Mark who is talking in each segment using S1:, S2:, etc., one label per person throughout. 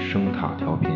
S1: 声塔调频。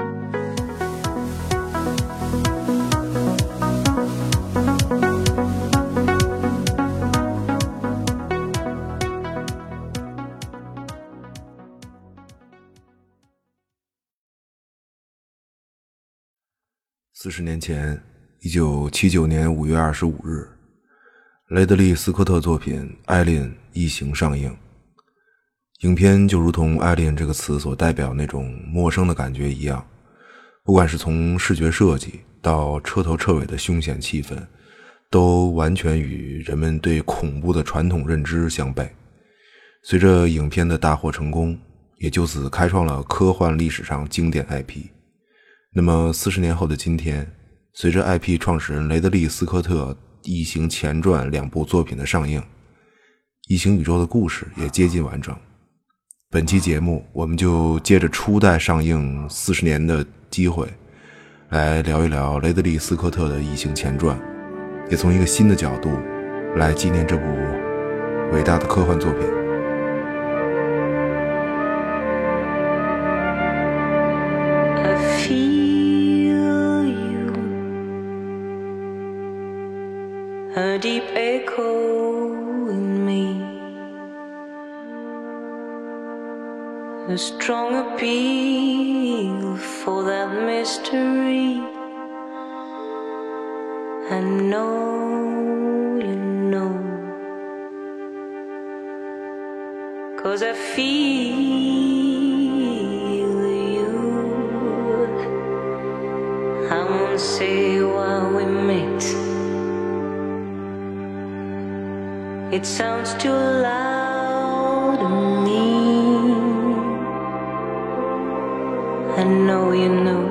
S2: 40年前，1979年5月25日，雷德利·斯科特作品《艾琳》异形上映。影片就如同艾琳这个词所代表那种陌生的感觉一样，不管是从视觉设计到彻头彻尾的凶险气氛，都完全与人们对恐怖的传统认知相悖。随着影片的大获成功，也就此开创了科幻历史上经典 IP。那么40年后的今天，随着 IP 创始人雷德利·斯科特《异形前传》2部作品的上映，异形宇宙的故事也接近完整。本期节目我们就接着初代上映40年的机会，来聊一聊雷德利·斯科特的《异形前传》，也从一个新的角度来纪念这部伟大的科幻作品。
S3: A deep echo in me, a strong appeal for that mystery. I know you know, 'cause I feel you. I won't say why we met.It sounds too loud to me. I know you know.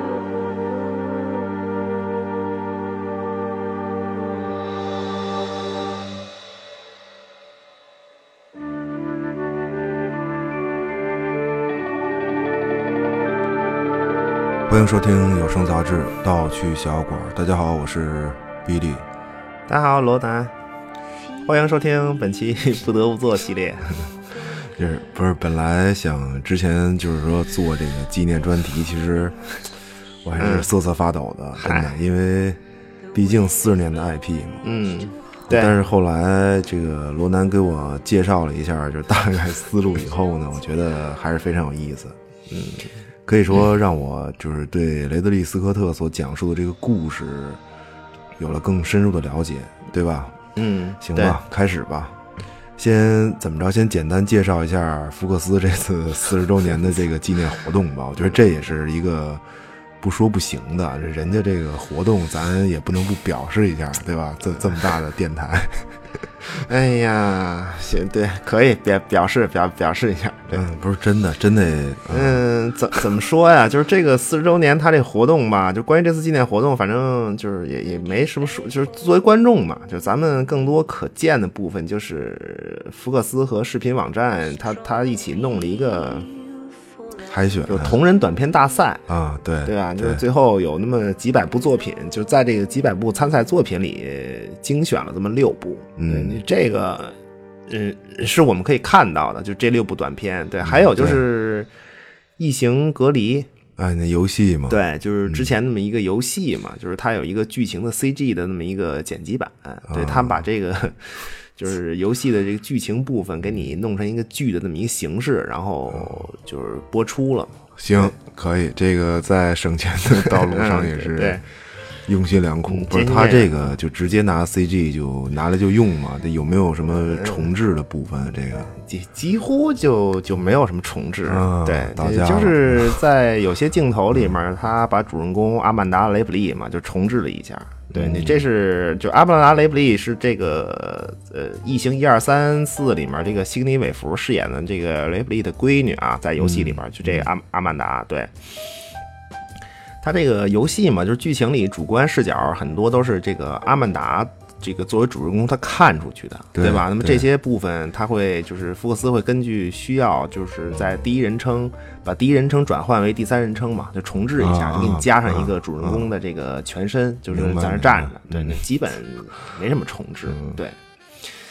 S2: 欢迎收听有声杂志《盗趣小馆》。大家好，我是 Billy。
S4: 大家好，罗南。欢迎收听本期不得不做系列。
S2: 不是本来想之前就是说做这个纪念专题，其实我还是瑟瑟发抖的，真的，因为毕竟40年的 IP 嘛。对。但是后来这个罗南给我介绍了一下，就是大概思路以后呢，我觉得还是非常有意思。可以说让我就是对雷德利·斯科特所讲述的这个故事有了更深入的了解，对吧？行吧，开始吧。先怎么着？先简单介绍一下福克斯这次40周年的这个纪念活动吧。我觉得这也是一个不说不行的，人家这个活动咱也不能不表示一下，对吧？这么大的电台。
S4: 哎呀，行，对，可以表示一下。对，
S2: 不是真的。
S4: 怎么说呀？就是这个40周年，他这活动吧，就关于这次纪念活动，反正就是也没什么说，就是作为观众嘛，就咱们更多可见的部分，就是福克斯和视频网站，他一起弄了一个
S2: 海选，
S4: 就同人短片大赛
S2: 啊，对
S4: 吧？就是最后有那么几百部作品，就在这个几百部参赛作品里精选了这么6部。对，这个是我们可以看到的，就这6部短片。对，还有就是异形隔离，
S2: 那游戏嘛，
S4: 对，就是之前那么一个游戏嘛，就是它有一个剧情的 CG 的那么一个剪辑版，对，他们把这个就是游戏的这个剧情部分给你弄成一个剧的那么一个形式，然后就是播出了。
S2: 行，可以，这个在省钱的道路上也是
S4: 对
S2: 用心良苦。不是他这个就直接拿 CG 就拿来就用嘛？这有没有什么重置的部分？这个
S4: 几乎就没有什么重置。对，
S2: 家
S4: 就是在有些镜头里面，他把主人公阿曼达·雷普利嘛就重置了一下。对，你这是就阿曼达·雷普利是这个异形1、2、3、4里面这个西格尼·韦弗饰演的这个雷普利的闺女啊，在游戏里边就这个阿曼达。对，他这个游戏嘛，就是剧情里主观视角很多都是这个阿曼达这个作为主人公他看出去的，对吧？那么这些部分他会就是福克斯会根据需要，就是在第一人称把第一人称转换为第三人称嘛，就重置一下，就给你加上一个主人公的这个全身，就是在那站着，对，那基本没什么重置，对。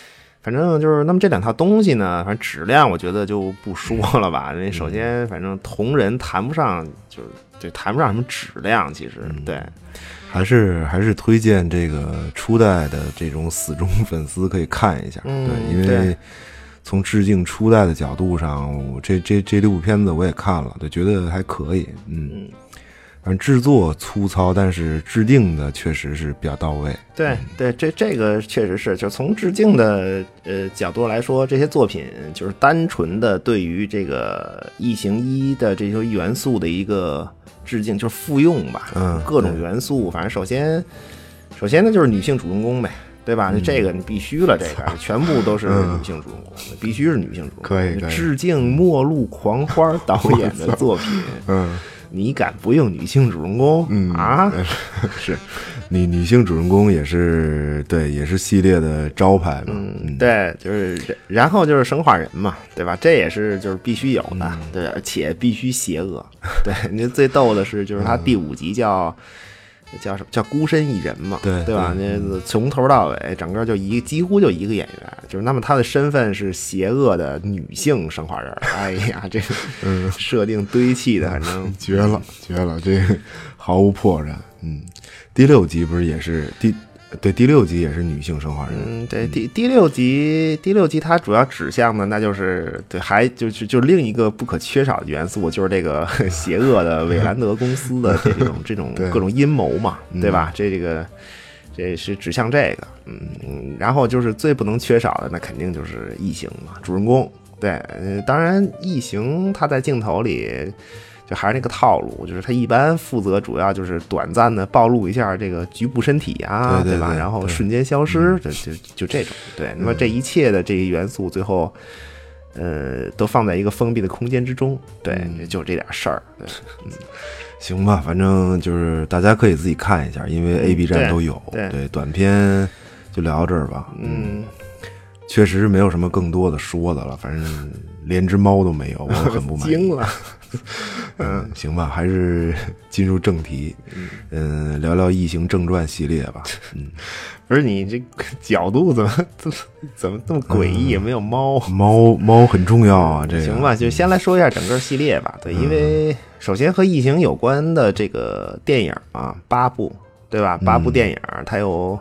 S4: 反正就是那么这两套东西呢，反正质量我觉得就不说了吧。因为首先反正同人谈不上，就谈不上什么质量，其实对。
S2: 还是推荐这个初代的这种死忠粉丝可以看一下，对，因为从致敬初代的角度上，这部片子我也看了，对，觉得还可以，反正制作粗糙，但是致敬的确实是比较到位。
S4: 对，这个确实是，就从致敬的角度来说，这些作品就是单纯的对于这个异形一的这些元素的一个致敬，就是复用吧，各种元素，反正首先呢就是女性主人公呗。对吧？这个你必须了，这个全部都是女性主人公，必须是女性主人公。
S2: 可以
S4: 致敬末路狂花导演的作品。你敢不用女性主人公？
S2: 是，女性主人公也是对，也是系列的招牌嘛。
S4: 对，就是然后就是生化人嘛，对吧？这也是就是必须有的，对，而且必须邪恶。对，你最逗的是，就是他第5集叫什么叫孤身一人嘛，对吧？那从头到尾整个就几乎就一个演员，就是那么他的身份是邪恶的女性生化人。哎呀，这个设定堆砌的反正
S2: 绝了，这个毫无破绽。第6集不是也是第6集也是女性生化人。
S4: 对，第6集它主要指向的那就是对，还就另一个不可缺少的元素，就是这个邪恶的韦兰德公司的这种各种阴谋嘛，对吧？这是指向这个，然后就是最不能缺少的，那肯定就是异形嘛，主人公。对，当然异形它在镜头里。就还是那个套路，就是他一般负责主要就是短暂的暴露一下这个局部身体啊，对吧？然后瞬间消失，就这种。对，那么这一切的这些元素最后，都放在一个封闭的空间之中。对，就这点事儿。对，
S2: 行吧，反正就是大家可以自己看一下，因为 A、B 站都有。对，短片就聊到这儿吧。确实没有什么更多的说的了，反正连只猫都没有，我很不满意。
S4: 惊了。
S2: 行吧，还是进入正题，聊聊《异形正传》系列吧。
S4: 不是你这角度怎么这么诡异？没有猫
S2: 很重要啊，这个
S4: 行吧，就先来说一下整个系列吧。对，因为首先和异形有关的这个电影啊，8部，对吧？8部电影它有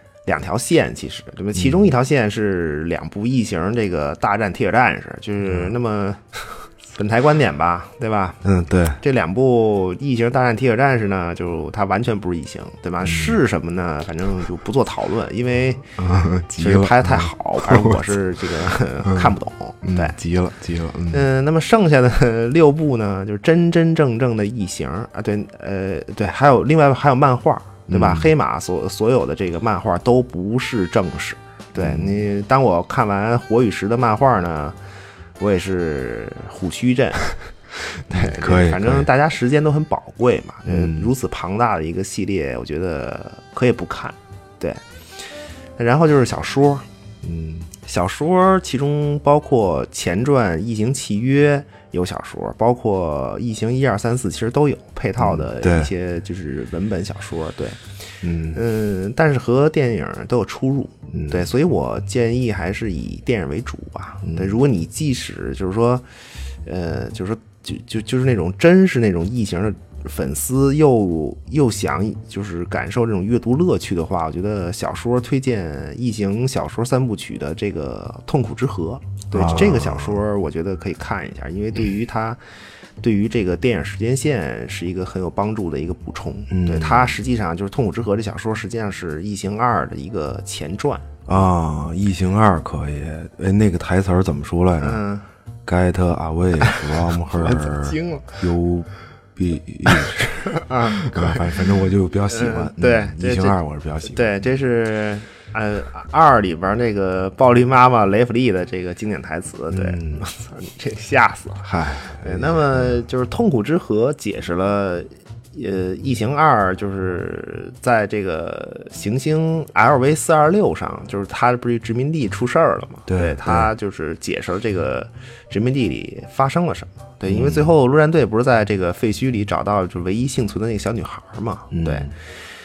S4: 2条线，其实对吧？其中一条线是2部异形这个大战铁血战士，就是那么。本台观点吧，对吧？
S2: 对，
S4: 这2部异形大战铁血战士呢，就它完全不是异形，对吧？是什么呢？反正就不做讨论，因为其实拍的太好，反正我是这个看不懂。对，
S2: 急了。
S4: 那么剩下的6部呢，就是真正的异形啊，对，还有另外还有漫画，对吧？黑马所有的这个漫画都不是正史。对你，当我看完火与石的漫画呢。我也是虎须镇，对，
S2: 可以，
S4: 反正大家时间都很宝贵嘛，如此庞大的一个系列，我觉得可以不看，对。然后就是小说，小说其中包括前传《异形契约》有小说，包括《异形1、2、3、4》其实都有配套的一些就是文本小说，对。但是和电影都有出入，对，所以我建议还是以电影为主吧。对，如果你即使就是说，就是说就是那种真是那种异形的粉丝又想就是感受这种阅读乐趣的话，我觉得小说推荐异形小说3部曲的这个《痛苦之河》，对，这个小说我觉得可以看一下，因为对于这个电影时间线是一个很有帮助的一个补充。对，它实际上就是《痛苦之河》这小说，实际上是《异形2》的一个前传
S2: 啊。《异形2》可以，那个台词怎么说来着？Get away from her，
S4: 惊了
S2: ，you be 啊，反正我就比较喜欢。
S4: 对，
S2: 异形2我是比较喜欢。
S4: 对，这是。2里边那个暴力妈妈雷弗利的这个经典台词，对，我操，你这吓死了！
S2: 嗨，
S4: 对，那么就是痛苦之河解释了，异形2就是在这个行星 LV426上，就是它不是殖民地出事儿了嘛？对，它就是解释了这个殖民地里发生了什么。对，因为最后陆战队不是在这个废墟里找到就唯一幸存的那个小女孩嘛？对。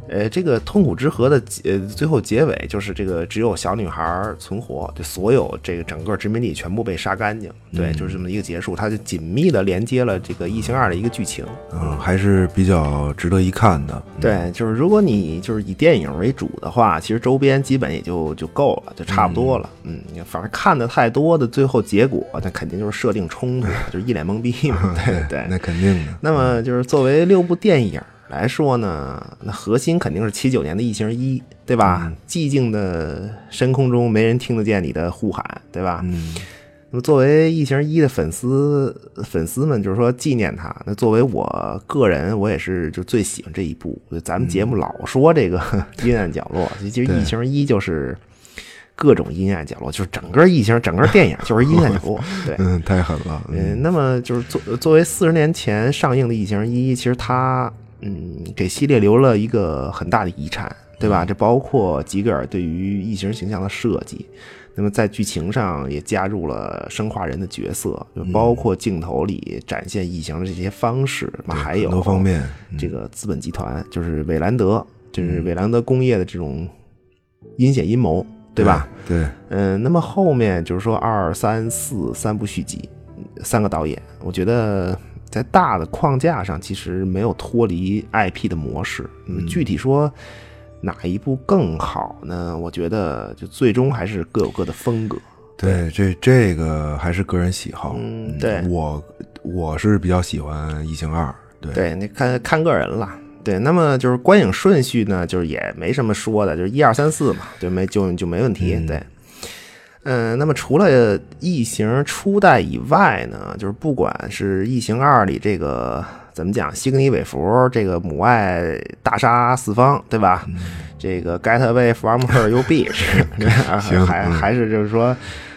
S4: 这个痛苦之河的最后结尾就是这个只有小女孩存活，就所有这个整个殖民地全部被杀干净，对，就是这么一个结束，它就紧密的连接了这个《异形2》的一个剧情，
S2: 还是比较值得一看的。
S4: 对，就是如果你就是以电影为主的话，其实周边基本也就够了，就差不多了。反正看的太多的最后结果，那肯定就是设定冲突，就是一脸懵逼嘛。对对，
S2: 那肯定的。
S4: 那么就是作为6部电影来说呢，那核心肯定是79年的《异形1》，对吧？寂静的深空中没人听得见你的呼喊，对吧？那么作为《异形1》的粉丝们，就是说纪念它。那作为我个人，我也是就最喜欢这一部。咱们节目老说这个阴暗角落，其实《异形1》就是各种阴暗角落，就是整个异形整个电影就是阴暗角落。对，
S2: 太狠了。
S4: 那么就是作为40年前上映的《异形1》，其实它给系列留了一个很大的遗产，对吧？这包括吉格尔对于异形形象的设计，那么在剧情上也加入了生化人的角色，就包括镜头里展现异形的这些方式，还有
S2: 很多方面，
S4: 这个资本集团就是韦兰德，就是韦兰德工业的这种阴险阴谋，对吧？
S2: 对，
S4: 那么后面就是说2、3、4 3部续集，3个导演，我觉得在大的框架上其实没有脱离 IP 的模式。具体说哪一部更好呢？我觉得就最终还是各有各的风格。
S2: 对，这个还是个人喜好。
S4: 对，
S2: 我是比较喜欢《异形2》。
S4: 对，那看个人了。对，那么就是观影顺序呢，就是也没什么说的，就是1、2、3、4嘛，对，就没问题。对。那么除了异形初代以外呢，就是不管是异形2里这个怎么讲，西格尼韦弗这个母爱大杀四方，对吧？这个 get away from her you bitch， 还是就是说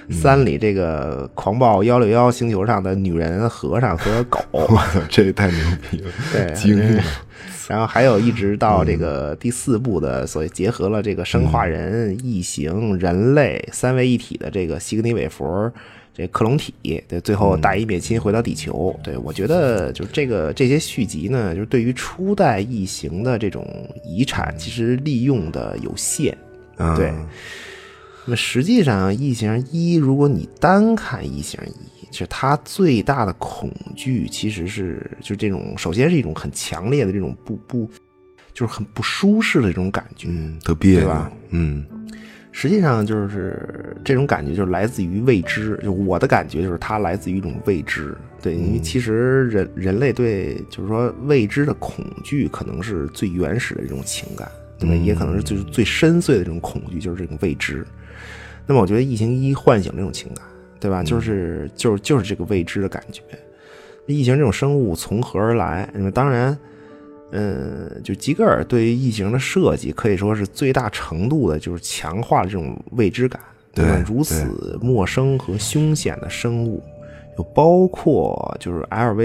S4: 3里这个狂暴161星球上的女人、和尚和狗，
S2: 这太牛逼了，
S4: 对，
S2: 惊了。
S4: 然后还有一直到这个第4部的，所以结合了这个生化人、异形、人类3位一体的这个西格尼韦弗这克隆体，对，最后大义灭亲回到地球。对，我觉得就这些续集呢，就是对于初代异形的这种遗产，其实利用的有限。对，那么实际上异形1，如果你单看异形1，其实它最大的恐惧其实是就这种，首先是一种很强烈的这种就是很不舒适的这种感觉，
S2: 特别
S4: 对吧？实际上就是这种感觉就是来自于未知，就我的感觉就是它来自于一种未知。对，因为其实人类对就是说未知的恐惧可能是最原始的这种情感，对吧？也可能是就是最深邃的这种恐惧，就是这种未知。那么我觉得异形1唤醒这种情感，对吧？就是这个未知的感觉。异形这种生物从何而来？那么当然，就吉格尔对于异形的设计可以说是最大程度的就是强化了这种未知感，对吧？如此陌生和凶险的生物，就包括就是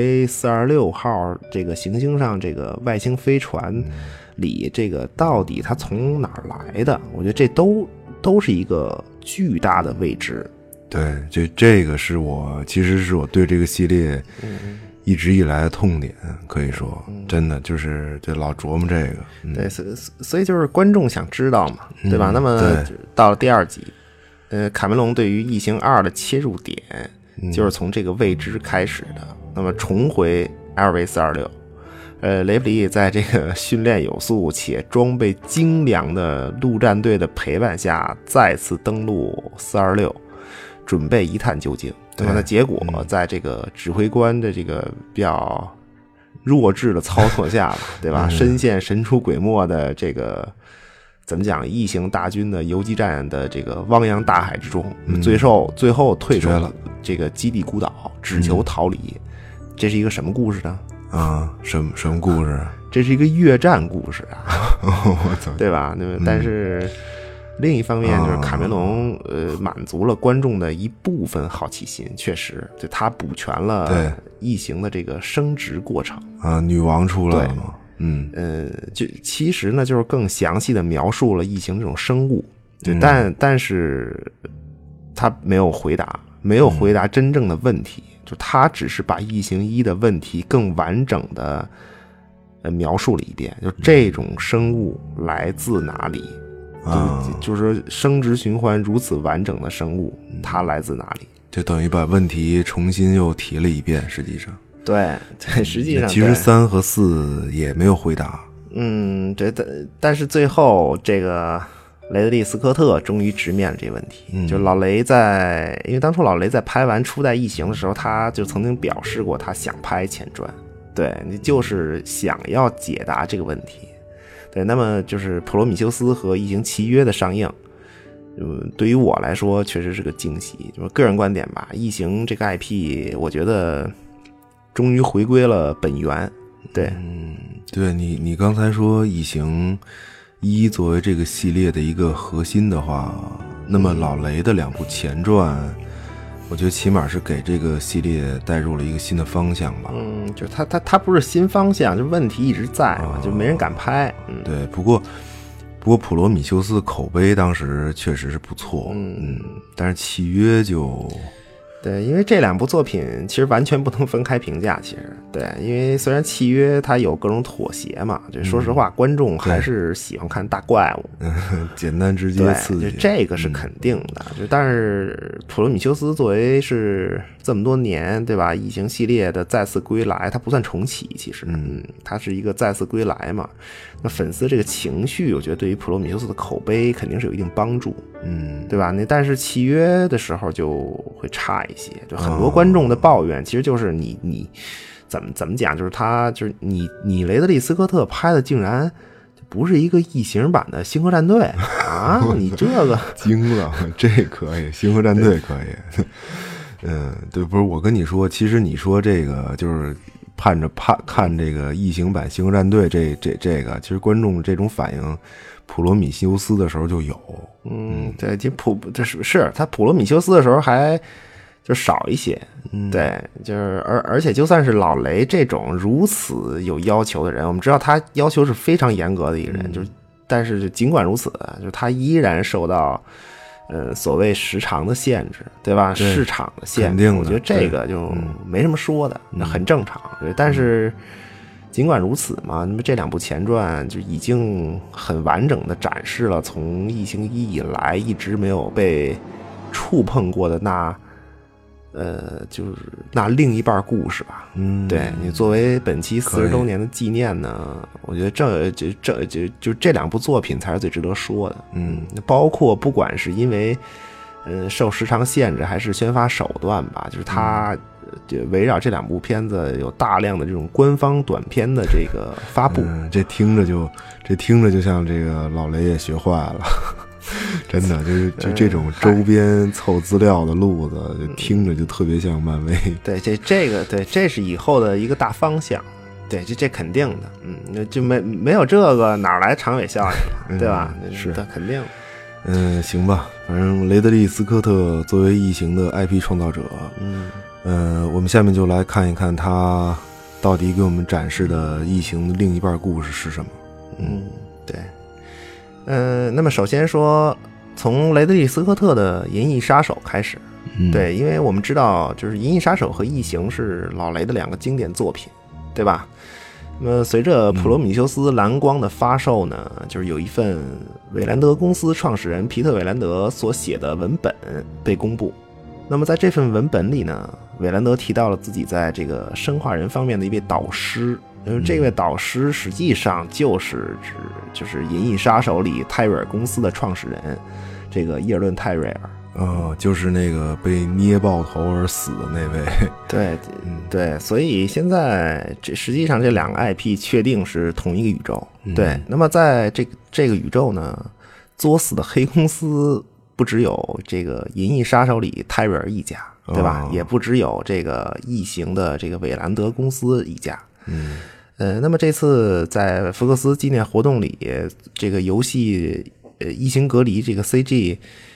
S4: LV-426号这个行星上这个外星飞船里，这个到底它从哪儿来的？我觉得这都是一个巨大的未知。
S2: 对，这个其实是我对这个系列一直以来的痛点，可以说真的就是老琢磨这个。
S4: 对，所以就是观众想知道嘛，对吧？那么到了第2集，卡梅隆对于异形2的切入点就是从这个未知开始的。那么重回 LV-426，雷普利在这个训练有素且装备精良的陆战队的陪伴下，再次登陆426，准备一探究竟。对吧？那结果在这个指挥官的这个比较弱智的操作下，对吧？深陷神出鬼没的这个怎么讲异形大军的游击战的这个汪洋大海之中，最后退出了这个基地孤岛，只求逃离。这是一个什么故事呢？
S2: 什么故事？
S4: 这是一个越战故事啊！
S2: 我操，
S4: 对吧？但是另一方面就是卡梅隆满足了观众的一部分好奇心，确实就他补全了异形的这个生殖过程
S2: 啊，女王出来了吗？
S4: 就其实呢就是更详细的描述了异形这种生物，对，但是他没有回答真正的问题，就他只是把异形1的问题更完整的描述了一遍，就这种生物来自哪里。就是说生殖循环如此完整的生物，它来自哪里？
S2: 就等于把问题重新又提了一遍。实际上，
S4: 对，实际上
S2: 其实3和4也没有回答。
S4: 对，但是最后这个雷德利·斯科特终于直面了这个问题。就老雷因为当初老雷在拍完初代异形的时候，他就曾经表示过他想拍前传，对，你就是想要解答这个问题。对，那么就是《普罗米修斯》和《异形契约》的上映，对于我来说确实是个惊喜。就是个人观点吧，《异形》这个 IP， 我觉得终于回归了本源。对，
S2: 对你刚才说《异形1》作为这个系列的一个核心的话，那么老雷的2部前传，我觉得起码是给这个系列带入了一个新的方向吧。
S4: 就是他不是新方向，就问题一直在嘛，就没人敢拍。
S2: 对，不过普罗米修斯口碑当时确实是不错。但是契约就。
S4: 对，因为这2部作品其实完全不能分开评价。其实，对，因为虽然契约它有各种妥协嘛，就说实话，观众还是喜欢看大怪物，
S2: 简单直接刺激，
S4: 就这个是肯定的。但是普罗米修斯作为是这么多年，对吧？异形系列的再次归来，它不算重启，其实，它是一个再次归来嘛。那粉丝这个情绪，我觉得对于普罗米修斯的口碑肯定是有一定帮助，对吧？但是契约的时候就会差一些，就很多观众的抱怨，其实就是你怎么讲，就是你雷德利·斯科特拍的竟然不是一个异形版的《星河战队》啊！你这个
S2: 惊了，这可以，《星河战队》可以。对，不是我跟你说，其实你说这个就是盼着看这个异形版《星河战队》这个，其实观众这种反应，普罗米修斯的时候就有。
S4: 对，这是他普罗米修斯的时候还就少一些。对，就是而且就算是老雷这种如此有要求的人，我们知道他要求是非常严格的一个人，但是尽管如此，就他依然受到所谓时长的限制，对吧？市场的限制，我觉得这个就没什么说的，那很正常。但是尽管如此嘛，那么这2部前传就已经很完整的展示了从异形1以来一直没有被触碰过的就是那另一半故事吧。对，你作为本期40周年的纪念呢，我觉得就这2部作品才是最值得说的。包括不管是因为受时长限制还是宣发手段吧，就是它就围绕这2部片子有大量的这种官方短片的这个发布。
S2: 这听着就像这个老雷也学坏了。真的就这种周边凑资料的路子，就听着就特别像漫威。
S4: 对，这是以后的一个大方向。对，这肯定的。就没有这个哪来长尾效应，对吧？
S2: 是
S4: 的，肯定。
S2: 行吧，反正雷德利·斯科特作为异形的 IP 创造者，我们下面就来看一看他到底给我们展示的异形的另一半故事是什么。
S4: 对。那么首先说从雷德利·斯科特的《银翼杀手》开始。对，因为我们知道就是《银翼杀手》和《异形》是老雷的2个经典作品，对吧？那么随着普罗米修斯蓝光的发售呢，就是有一份韦兰德公司创始人皮特·韦兰德所写的文本被公布。那么在这份文本里呢，韦兰德提到了自己在这个生化人方面的一位导师，因为这位导师实际上就是《银翼杀手》里泰瑞尔公司的创始人，这个伊尔顿·泰瑞尔。
S2: 就是那个被捏爆头而死的那位。
S4: 对，所以现在实际上这2个 IP 确定是同一个宇宙。对，那么在这个宇宙呢，作死的黑公司不只有这个《银翼杀手》里泰瑞尔一家，对吧？也不只有这个异形的这个韦兰德公司一家。那么这次在福克斯纪念活动里，这个游戏异形隔离这个 CG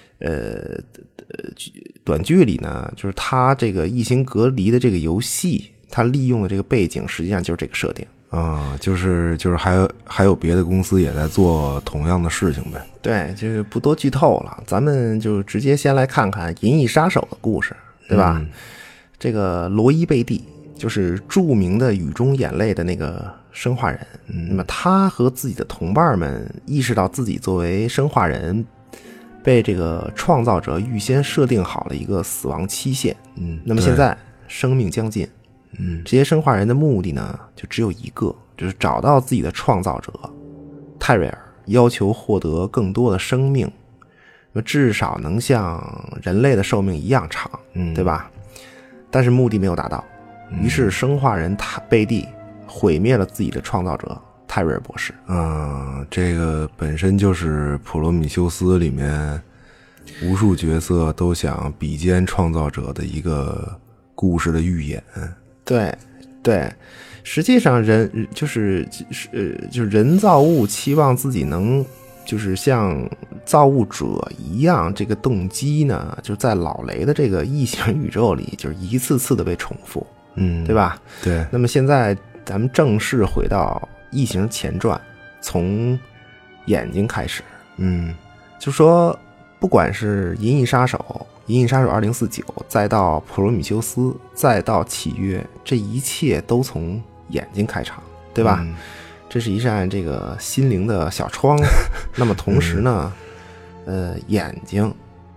S4: 短剧里呢，就是它这个异形隔离的这个游戏，它利用的这个背景实际上就是这个设定。
S2: 就是还有别的公司也在做同样的事情呗。
S4: 对，就是不多剧透了，咱们就直接先来看看《银翼杀手》的故事，对吧？这个罗伊贝蒂就是著名的《雨中眼泪》的那个生化人。那么他和自己的同伴们意识到自己作为生化人被这个创造者预先设定好了一个死亡期限。那么现在生命将近，这些生化人的目的呢就只有一个，就是找到自己的创造者泰瑞尔，要求获得更多的生命，那么至少能像人类的寿命一样长，对吧？但是目的没有达到，于是生化人贝蒂毁灭了自己的创造者泰瑞尔博士。
S2: 这个本身就是普罗米修斯里面无数角色都想比肩创造者的一个故事的预演。
S4: 对对，实际上人就是人造物期望自己能就是像造物者一样，这个动机呢，就在老雷的这个异形宇宙里，就是一次次的被重复，对吧？
S2: 对。
S4: 那么现在咱们正式回到异形前传，从眼睛开始，就说不管是银翼杀手2049，再到普罗米修斯，再到契约，这一切都从眼睛开场，对吧？这是一扇这个心灵的小窗。那么同时呢，眼睛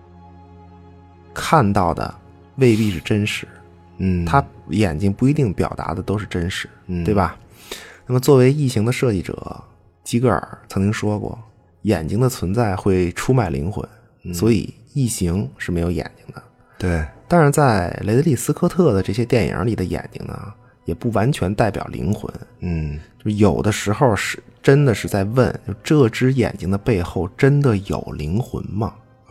S4: 看到的未必是真实，他眼睛不一定表达的都是真实，对吧？那么作为异形的设计者，基格尔曾经说过，眼睛的存在会出卖灵魂，所以异形是没有眼睛的。
S2: 对，
S4: 但是在雷德利·斯科特的这些电影里的眼睛呢，也不完全代表灵魂。就有的时候是真的是在问，就这只眼睛的背后真的有灵魂吗？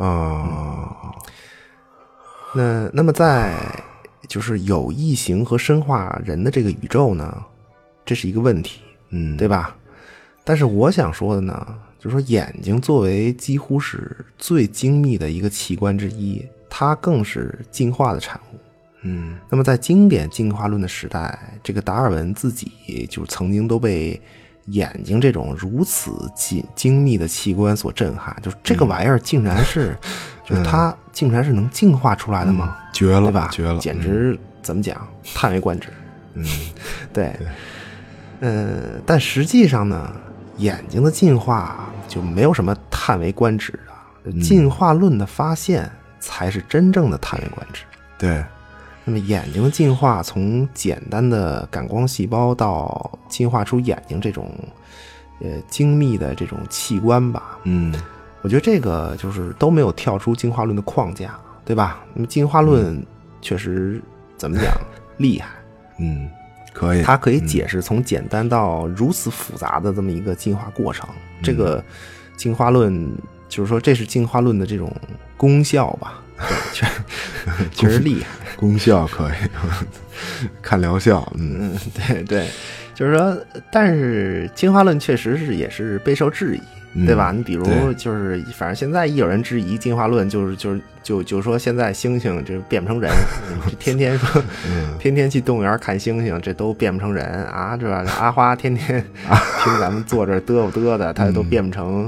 S4: 那么在就是有异形和生化人的这个宇宙呢，这是一个问题，对吧？但是我想说的呢，就是说眼睛作为几乎是最精密的一个器官之一，它更是进化的产物。那么在经典进化论的时代，这个达尔文自己就曾经都被眼睛这种如此精密的器官所震撼，就是这个玩意儿竟然是，就是它竟然是能进化出来的吗？
S2: 绝了，
S4: 对吧？
S2: 绝了，
S4: 简直怎么讲，叹为观止。对，但实际上呢，眼睛的进化就没有什么叹为观止的，进化论的发现才是真正的叹为观止。
S2: 对。
S4: 那么眼睛的进化，从简单的感光细胞到进化出眼睛这种精密的这种器官吧，我觉得这个就是都没有跳出进化论的框架，对吧？那么进化论确实怎么讲厉害，
S2: 可以，
S4: 它可以解释从简单到如此复杂的这么一个进化过程。这个进化论就是说，这是进化论的这种功效吧？对，确实厉害。
S2: 功效可以，看疗效。
S4: 对对，就是说，但是进化论确实是也是备受质疑，对吧？你比如就是反正现在一有人质疑进化论，就说现在猩猩就变不成人，天天说天天去动物园看猩猩，这都变不成人啊，是吧？阿花天天听咱们坐这嘚嘚的，他都变不成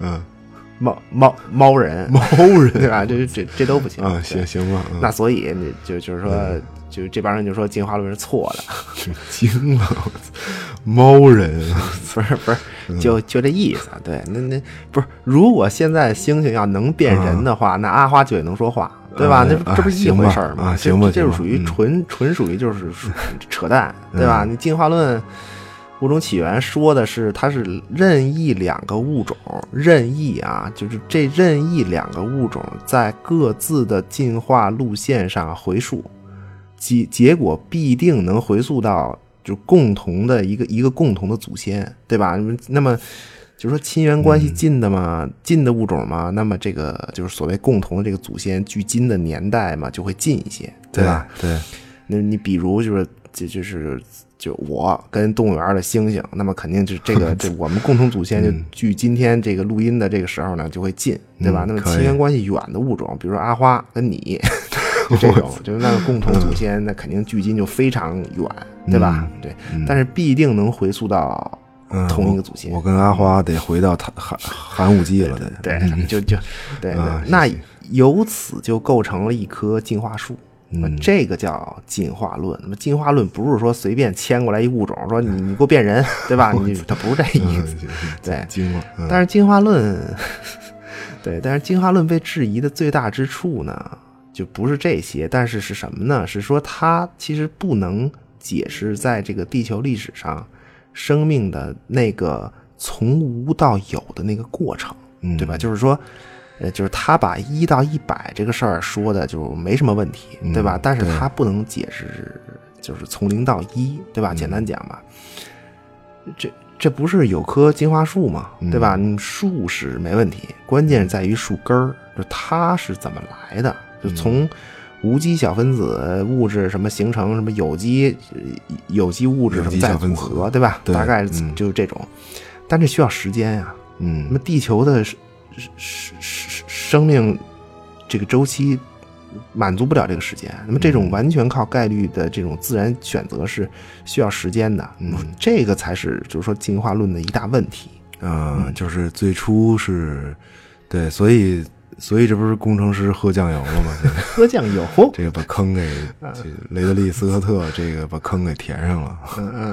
S4: 猫人，对吧？这都不行
S2: 啊，行吧。
S4: 那所以就是说，就这帮人就说进化论是错的，
S2: 惊了，猫人
S4: 不是，就这意思。对，那不是，如果现在猩猩要能变人的话，那阿花就也能说话，对吧？那这不是一回事吗？
S2: 行吧，
S4: 这是属于纯属于就是扯淡，对吧？你进化论。物种起源说的是它是任意两个物种，任意啊，就是这任意两个物种在各自的进化路线上回溯，结果必定能回溯到就共同的一个共同的祖先，对吧？那么就是说亲缘关系近的嘛，近的物种嘛，那么这个就是所谓共同的这个祖先距今的年代嘛就会近一些，对吧？
S2: 对，
S4: 那你比如就我跟动物园的猩猩，那么肯定就这我们共同祖先就距今天这个录音的这个时候呢就会近，对吧？那么亲缘关系远的物种，比如说阿花跟你，就这种就是那个共同祖先，那肯定距今就非常远，对吧？对，但是必定能回溯到同一个祖先。
S2: 我跟阿花得回到寒武纪了，
S4: 对，就对，那由此就构成了一棵进化树。 这个叫进化论。那么进化论不是说随便迁过来一物种，说你给我变人，对吧？它不是这意思。对，
S2: 精了。
S4: 但是进化论，对，但是进化论被质疑的最大之处呢，就不是这些，但是是什么呢？是说它其实不能解释在这个地球历史上生命的那个从无到有的那个过程，对吧？就是说。就是他把1到100这个事儿说的就没什么问题，对吧？但是他不能解释，就是从0到1，对吧？简单讲吧，这不是有棵金花树吗？对吧？树是没问题，关键在于树根儿，就它是怎么来的？就从无机小分子物质什么形成什么有机物质什么再组合，对吧？大概就是这种，但这需要时间呀。那么地球的生命这个周期满足不了这个时间，那么这种完全靠概率的这种自然选择是需要时间的，这个才是就是说进化论的一大问题。
S2: 就是最初是对，所以这不是工程师喝酱油了吗？
S4: 喝酱油，
S2: 这个把坑给雷德利·斯科特这个把坑给填上了。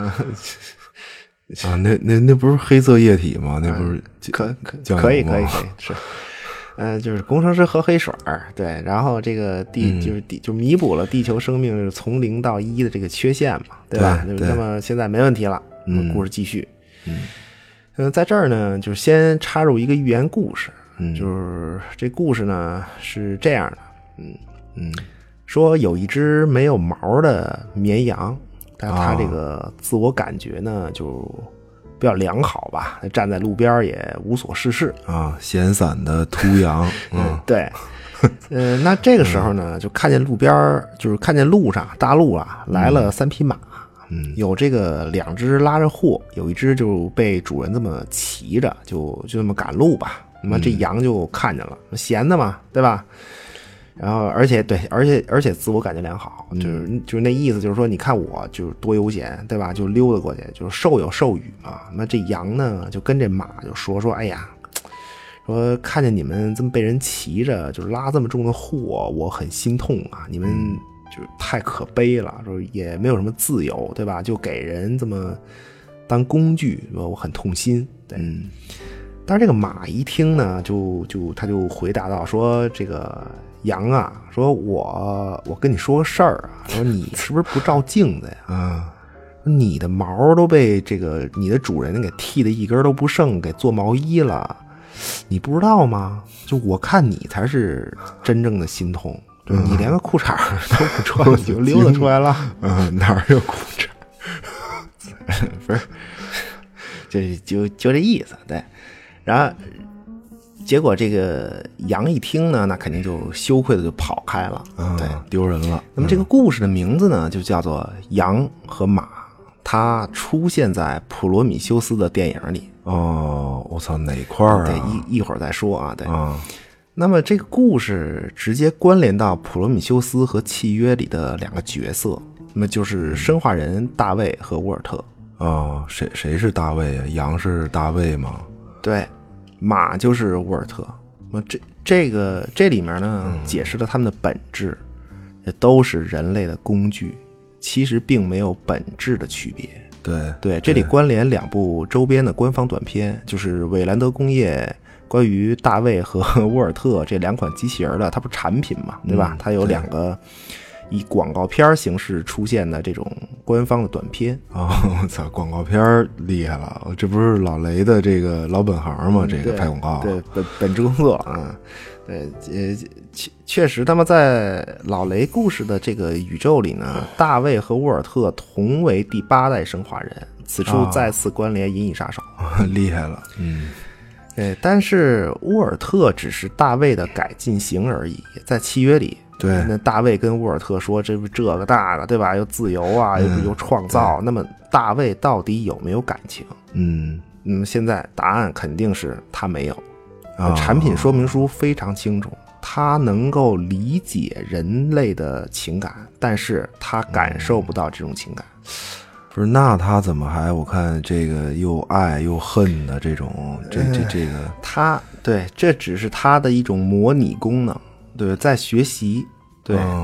S2: 那不是黑色液体吗？那不是
S4: 可以是，就是工程师喝黑水儿，对，然后这个就弥补了地球生命从0到1的这个缺陷嘛，对吧？那么现在没问题了，故事继续。在这儿呢，就先插入一个寓言故事，就是这故事呢是这样的，说有一只没有毛的绵羊。但他这个自我感觉呢，就比较良好吧，站在路边也无所事事
S2: 啊，闲散的秃羊。
S4: 对，那这个时候呢，就看见路边，就是看见路上大路啊来了3匹马，有这个2只拉着货，有一只就被主人这么骑着，就这么赶路吧。那么这羊就看见了，闲的嘛，对吧？然后，而且自我感觉良好，就是那意思，就是说，你看我就是多悠闲，对吧？就溜达过去，就是授有授予嘛。那这羊呢，就跟这马就说，哎呀，说看见你们这么被人骑着，就是拉这么重的货，我很心痛啊！你们就太可悲了，说也没有什么自由，对吧？就给人这么当工具，我很痛心。对，但是这个马一听呢，他就回答到说这个。羊啊，说我跟你说个事儿啊，说你是不是不照镜子呀？你的毛都被这个你的主人给剃的一根都不剩，给做毛衣了，你不知道吗？就我看你才是真正的心痛，你连个裤衩都不穿，你就溜达出来了。
S2: 哪有裤衩？
S4: 不是，就这意思，对，然后。结果这个羊一听呢，那肯定就羞愧的就跑开了，对，
S2: 丢人了。
S4: 那么这个故事的名字呢，就叫做《羊和马》，它出现在普罗米修斯的电影里。
S2: 我操，哪块儿啊？
S4: 对，一会儿再说啊。对，那么这个故事直接关联到普罗米修斯和契约里的2个角色，那么就是生化人大卫和沃尔特。
S2: 谁是大卫啊？羊是大卫吗？
S4: 对。马就是沃尔特，这里面呢，解释了他们的本质，也都是人类的工具，其实并没有本质的区别。对，这里关联2部周边的官方短片，就是韦兰德工业关于大卫和沃尔特这2款机器人的，它不是产品嘛，对吧？它有2个以广告片形式出现的这种官方的短片。
S2: 我操，广告片厉害了，这不是老雷的这个老本行吗？这个拍广告，
S4: 对，本职工作啊。对，确实，他们在老雷故事的这个宇宙里呢，大卫和沃尔特同为第8代生化人，此处再次关联《银翼杀手》。
S2: 厉害了，
S4: 对，但是沃尔特只是大卫的改进型而已，在契约里。
S2: 对，
S4: 那大卫跟沃尔特说这个那个，对吧？又自由啊，又创造。那么大卫到底有没有感情？现在答案肯定是他没有。产品说明书非常清楚，他能够理解人类的情感，但是他感受不到这种情感。
S2: 不是，那他怎么还？我看这个又爱又恨的这种，这个
S4: 他对，这只是他的一种模拟功能。对，在学习，对，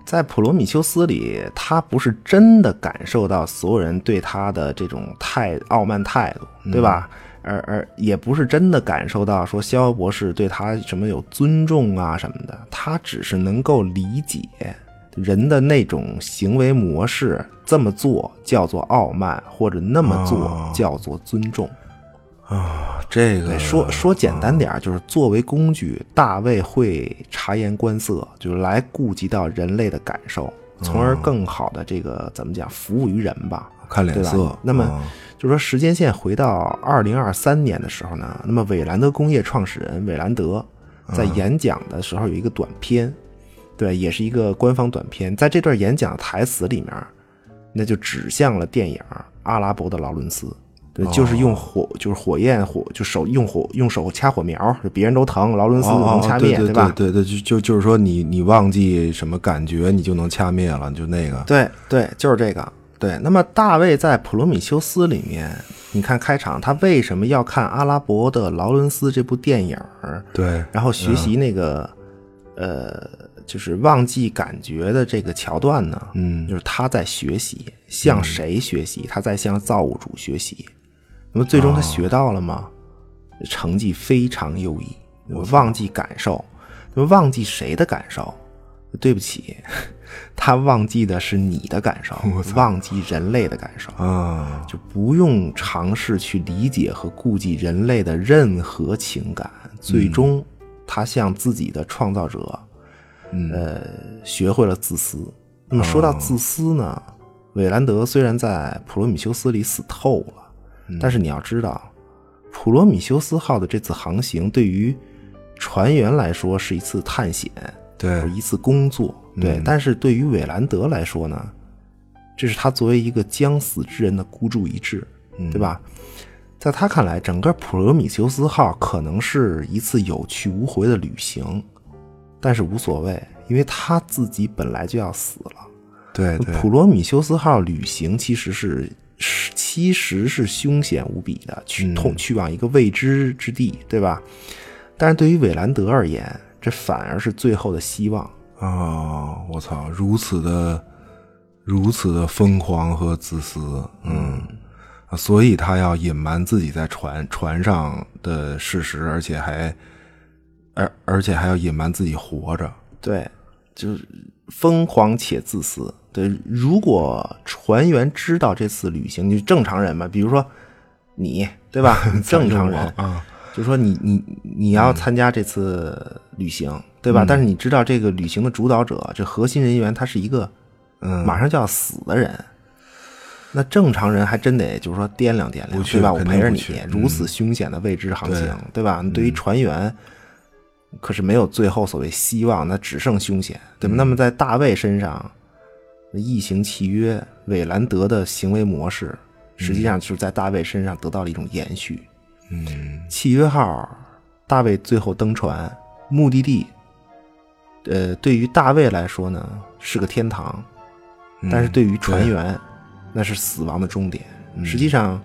S4: 在普罗米修斯里，他不是真的感受到所有人对他的这种傲慢态度，对吧？而也不是真的感受到说逍遥博士对他什么有尊重啊什么的，他只是能够理解人的那种行为模式，这么做叫做傲慢，或者那么做叫做尊重。
S2: 这个
S4: 说简单点，就是作为工具，大卫会察言观色，就是来顾及到人类的感受，从而更好的这个怎么讲，服务于人吧，
S2: 看脸色。
S4: 那么就是说，时间线回到2023年的时候呢，那么韦兰德工业创始人韦兰德在演讲的时候有一个短片，对，也是一个官方短片，在这段演讲的台词里面，那就指向了电影《阿拉伯的劳伦斯》。对，就是用火焰，就用手掐火苗，别人都疼，劳伦斯能掐灭，
S2: 对
S4: 吧？
S2: 对，就是说你忘记什么感觉，你就能掐灭了，就那个。
S4: 对，就是这个。对，那么大卫在《普罗米修斯》里面，你看开场，他为什么要看《阿拉伯的劳伦斯》这部电影？
S2: 对，
S4: 然后学习那个就是忘记感觉的这个桥段呢？就是他在学习，向谁学习？他在向造物主学习。那么最终他学到了吗？成绩非常优异。忘记感受，那么忘记谁的感受？对不起，他忘记的是你的感受，忘记人类的感受
S2: 啊，
S4: 就不用尝试去理解和顾及人类的任何情感。最终，他向自己的创造者，学会了自私。那么说到自私呢，韦兰德虽然在普罗米修斯里死透了。但是你要知道，普罗米修斯号的这次航行对于船员来说是一次探险，
S2: 对，
S4: 一次工作，对。但是对于韦兰德来说呢，这是他作为一个将死之人的孤注一掷，对吧？在他看来，整个普罗米修斯号可能是一次有去无回的旅行，但是无所谓，因为他自己本来就要死了。
S2: 对，
S4: 普罗米修斯号旅行其实是凶险无比的，去往一个未知之地，对吧？但是对于韦兰德而言，这反而是最后的希望。
S2: 我操，如此的疯狂和自私，所以他要隐瞒自己在船上的事实，而且还要隐瞒自己活着。
S4: 对，就是疯狂且自私。对，如果船员知道这次旅行，就正常人嘛，比如说你，对吧？正常人
S2: 啊，
S4: 就说你要参加这次旅行，对吧？但是你知道这个旅行的主导者，这核心人员他是一个马上就要死的人，那正常人还真得就是说掂量，对吧？我陪着你，如此凶险的未知航行，对吧？对于船员。可是没有最后所谓希望，那只剩凶险，对吧？那么在大卫身上，异形契约韦兰德的行为模式，实际上就是在大卫身上得到了一种延续。契约号，大卫最后登船，目的地，对于大卫来说呢是个天堂，但是对于船员，那是死亡的终点。实际上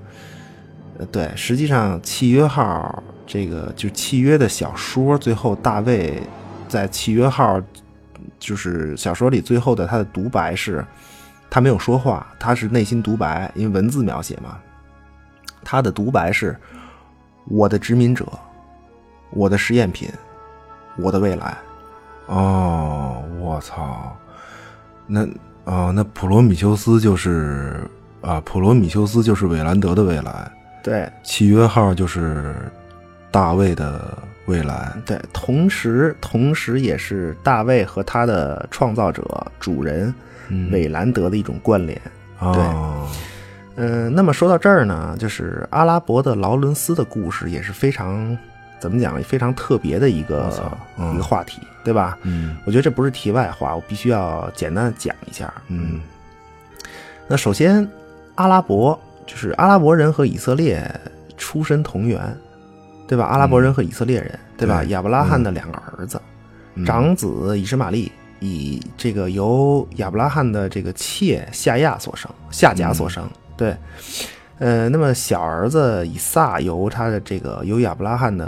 S4: 契约号。这个就是契约的小说，最后大卫在契约号就是小说里最后的他的独白是，他没有说话，他是内心独白，因为文字描写嘛。他的独白是：我的殖民者，我的实验品，我的未来。
S2: 我操，那普罗米修斯就是韦兰德的未来，
S4: 对，
S2: 契约号就是大卫的未来，
S4: 对，同时也是大卫和他的创造者主人韦兰德的一种关联。对，那么说到这儿呢，就是阿拉伯的劳伦斯的故事也是非常怎么讲，非常特别的一个话题，对吧？我觉得这不是题外话，我必须要简单的讲一下。那首先，阿拉伯人和以色列出身同源。对吧？阿拉伯人和以色列人，对吧？亚伯拉罕的两个儿子，长子以实玛利以这个由亚伯拉罕的这个妾夏甲所生，对。那么小儿子以撒由亚伯拉罕的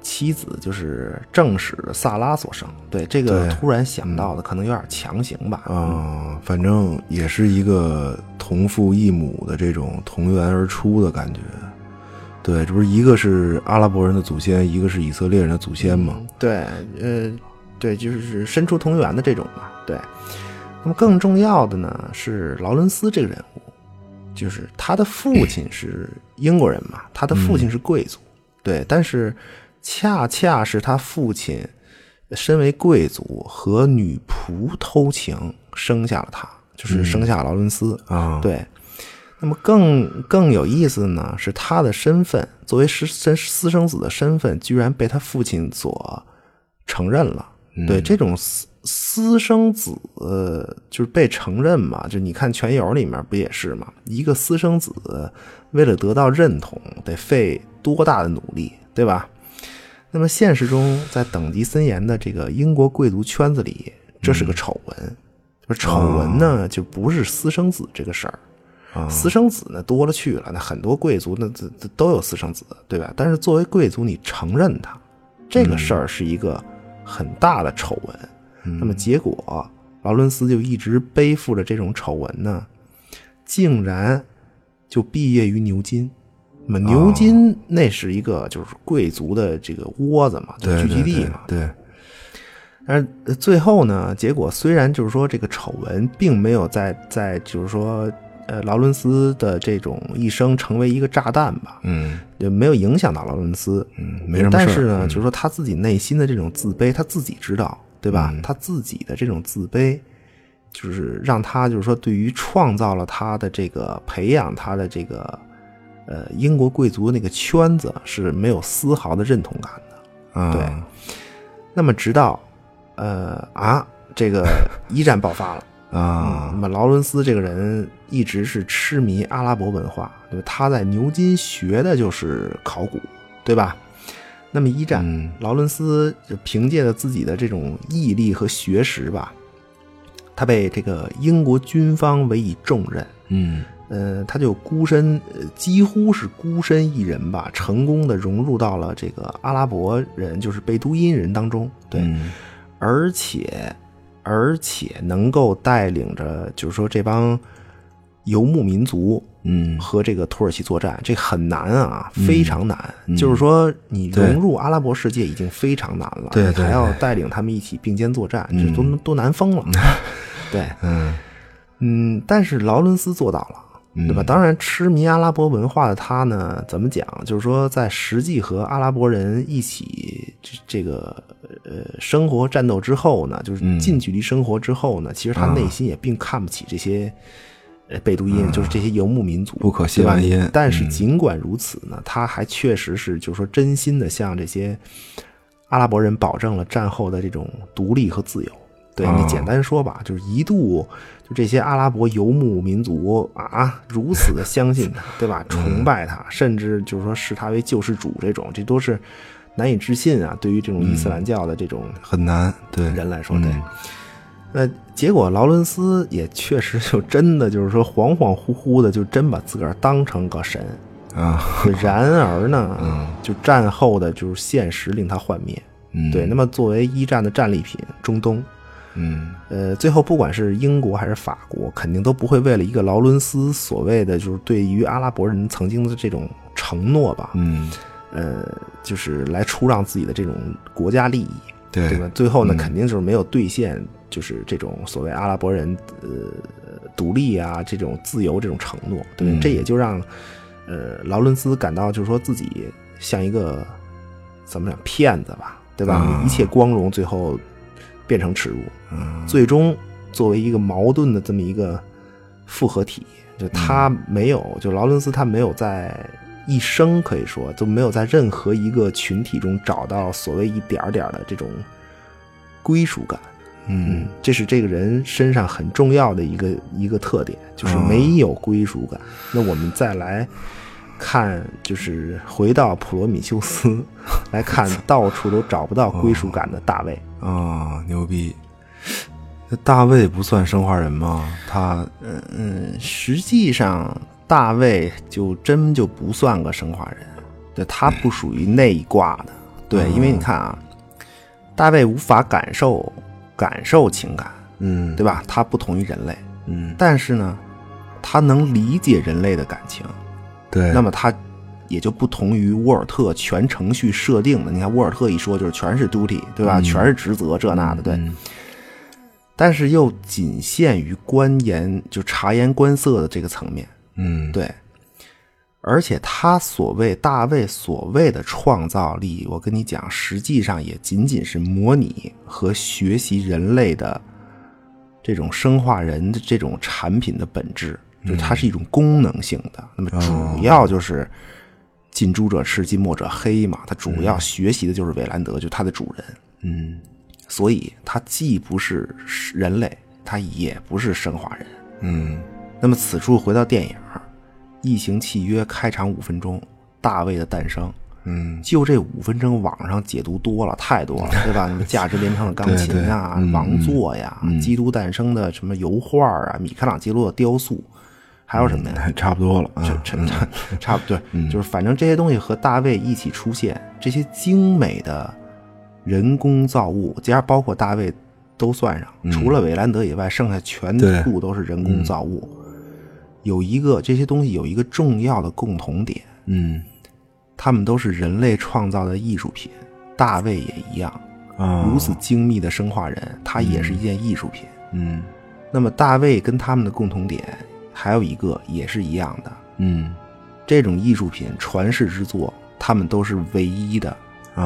S4: 妻子就是正室的萨拉所生。对，这个
S2: 对
S4: 突然想到的可能有点强行吧。
S2: 反正也是一个同父异母的这种同源而出的感觉。对，这不是一个是阿拉伯人的祖先，一个是以色列人的祖先吗？
S4: 对，对，就是身出同源的这种嘛。对，那么更重要的呢是劳伦斯这个人物，就是他的父亲是英国人嘛，他的父亲是贵族，对，但是恰恰是他父亲身为贵族和女仆偷情生下了他，就是生下劳伦斯
S2: 啊。
S4: 对。那么更有意思的呢是他的身份，作为私生子的身份居然被他父亲所承认了。对，这种私生子就是被承认嘛，就你看全游里面不也是嘛，一个私生子为了得到认同得费多大的努力，对吧？那么现实中在等级森严的这个英国贵族圈子里，这是个丑闻。就是丑闻呢就不是私生子这个事儿。私生子呢多了去了，那很多贵族呢都有私生子，对吧？但是作为贵族，你承认他这个事儿是一个很大的丑闻。那么结果劳伦斯就一直背负着这种丑闻呢，竟然就毕业于牛津。那么牛津那是一个就是贵族的这个窝子嘛，就聚集地嘛。
S2: 对。
S4: 但是最后呢，结果虽然就是说这个丑闻并没有在就是说劳伦斯的这种一生成为一个炸弹吧，就没有影响到劳伦斯，
S2: 没什么事儿。
S4: 但是呢，就是说他自己内心的这种自卑，他自己知道，对吧？他自己的这种自卑，就是让他就是说对于创造了他的这个培养他的这个英国贵族的那个圈子是没有丝毫的认同感的。对，那么直到这个一战爆发了。那么劳伦斯这个人一直是痴迷阿拉伯文化，对吧？他在牛津学的就是考古，对吧？那么一战，劳伦斯就凭借着自己的这种毅力和学识吧，他被这个英国军方委以重任。他就孤身，几乎是孤身一人吧，成功的融入到了这个阿拉伯人，就是贝都因人当中。对，而且能够带领着就是说这帮游牧民族和这个土耳其作战，这很难啊，非常难。就是说你融入阿拉伯世界已经非常难了，
S2: 对，
S4: 还要带领他们一起并肩作战，这都难疯了。对，但是劳伦斯做到了。对吧？当然，痴迷阿拉伯文化的他呢，怎么讲？就是说，在实际和阿拉伯人一起这个生活战斗之后呢，就是近距离生活之后呢，其实他内心也并看不起这些贝都因，就是这些游牧民族，
S2: 不可亵玩焉。
S4: 但是尽管如此呢，他还确实是就是说真心的向这些阿拉伯人保证了战后的这种独立和自由。对，你简单说吧，就是一度就这些阿拉伯游牧民族如此的相信他，对吧？崇拜他，甚至就是说视他为救世主，这都是难以置信啊。对于这种伊斯兰教的这种
S2: 很难对
S4: 人来说，对。那结果劳伦斯也确实就真的就是说恍恍惚惚的就真把自个儿当成个神然而呢，就战后的就是现实令他幻灭。对，那么作为一战的战利品，中东。最后不管是英国还是法国，肯定都不会为了一个劳伦斯所谓的就是对于阿拉伯人曾经的这种承诺吧，就是来出让自己的这种国家利益，对吧？最后呢，肯定就是没有兑现，就是这种所谓阿拉伯人独立啊，这种自由这种承诺，对，这也就让劳伦斯感到就是说自己像一个怎么讲骗子吧，对吧？一切光荣最后变成耻辱，最终作为一个矛盾的这么一个复合体，就他没有，就劳伦斯他没有在一生可以说就没有在任何一个群体中找到所谓一点点的这种归属感。这是这个人身上很重要的一个特点，就是没有归属感。那我们再来看，就是回到普罗米修斯来看，到处都找不到归属感的大卫。
S2: 牛逼！那大卫不算生化人吗？他
S4: 实际上大卫就不算个生化人，对，他不属于那一挂的。 对，因为你看啊，大卫无法感受情感，对吧？他不同于人类，但是呢，他能理解人类的感情，
S2: 对，
S4: 那么他也就不同于沃尔特全程序设定的。你看沃尔特一说就是全是 duty， 对吧？全是职责这那的，对。但是又仅限于观言，就察言观色的这个层面，对。而且大卫所谓的创造力，我跟你讲，实际上也仅仅是模拟和学习人类的这种生化人的这种产品的本质，就是它是一种功能性的。那么主要就是近朱者赤，近墨者黑嘛，它主要学习的就是韦兰德，就是它的主人。所以它既不是人类，它也不是生化人。那么此处回到电影《异形契约》开场5分钟，大卫的诞生。就这5分钟，网上解读多了，太多了，对吧？什么价值连城的钢琴啊，王座呀，基督诞生的什么油画啊，米开朗基罗的雕塑，还有什么呀？
S2: 差不多了，
S4: 差不多，就是反正这些东西和大卫一起出现，这些精美的人工造物，加上包括大卫都算上，除了韦兰德以外，剩下全部都是人工造物。这些东西有一个重要的共同点，他们都是人类创造的艺术品。大卫也一样，如此精密的生化人，他也是一件艺术品。那么大卫跟他们的共同点还有一个也是一样的，这种艺术品传世之作，他们都是唯一的。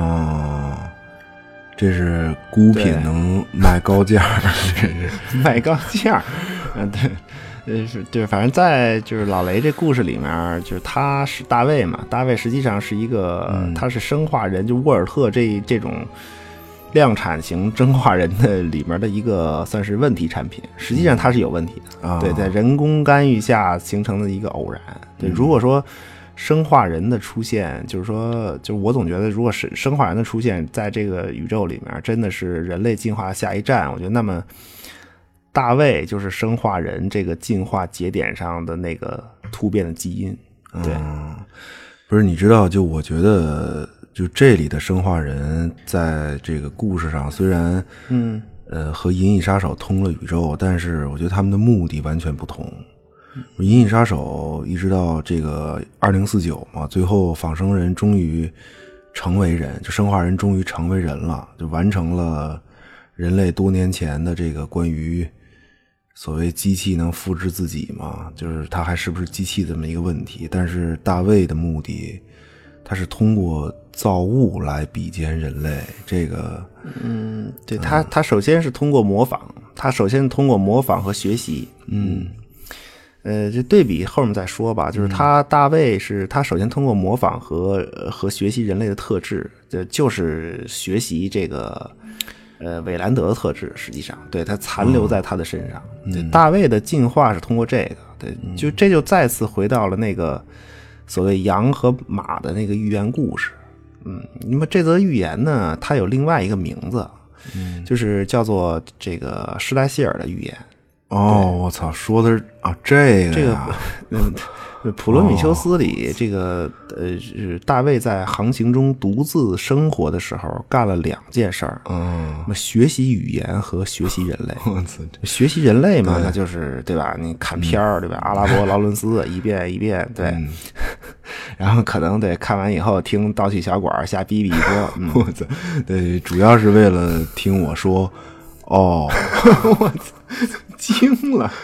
S2: 这是孤品能卖高价，这是
S4: 卖高价。对，反正在就是老雷这故事里面，就是他是大卫嘛，大卫实际上是一个，他是生化人，就沃尔特这种量产型生化人的里面的一个算是问题产品，实际上它是有问题的。对，在人工干预下形成的一个偶然。对，如果说生化人的出现，就是我总觉得，如果是生化人的出现在这个宇宙里面，真的是人类进化的下一站，我觉得那么大卫就是生化人这个进化节点上的那个突变的基因。对，
S2: 不是，你知道，就我觉得，就这里的生化人在这个故事上，虽然和银翼杀手通了宇宙，但是我觉得他们的目的完全不同。银翼杀手一直到这个2049嘛，最后仿生人终于成为人，就生化人终于成为人了，就完成了人类多年前的这个关于所谓机器能复制自己嘛，就是它还是不是机器这么一个问题。但是大卫的目的，他是通过造物来比肩人类，这个
S4: 对，他首先是通过模仿，和学习。这对比后面再说吧。就是大卫是他首先通过模仿和学习人类的特质，就是学习这个韦兰德的特质，实际上对他残留在他的身上。对，大卫的进化是通过这个，对，这就再次回到了那个所谓羊和马的那个寓言故事。那么这则寓言呢，它有另外一个名字，就是叫做这个施莱希尔的寓言。
S2: 我操，说的是这个
S4: 普罗米修斯里这个大卫在航行中独自生活的时候干了2件事儿。那么学习语言和学习人类。学习人类嘛，那就是对吧？你看片儿，对吧？阿拉伯劳伦斯一遍一遍，对。然后可能得看完以后听盗趣小馆瞎逼逼一波。
S2: 我操，对，主要是为了听我说。我
S4: 操，惊了。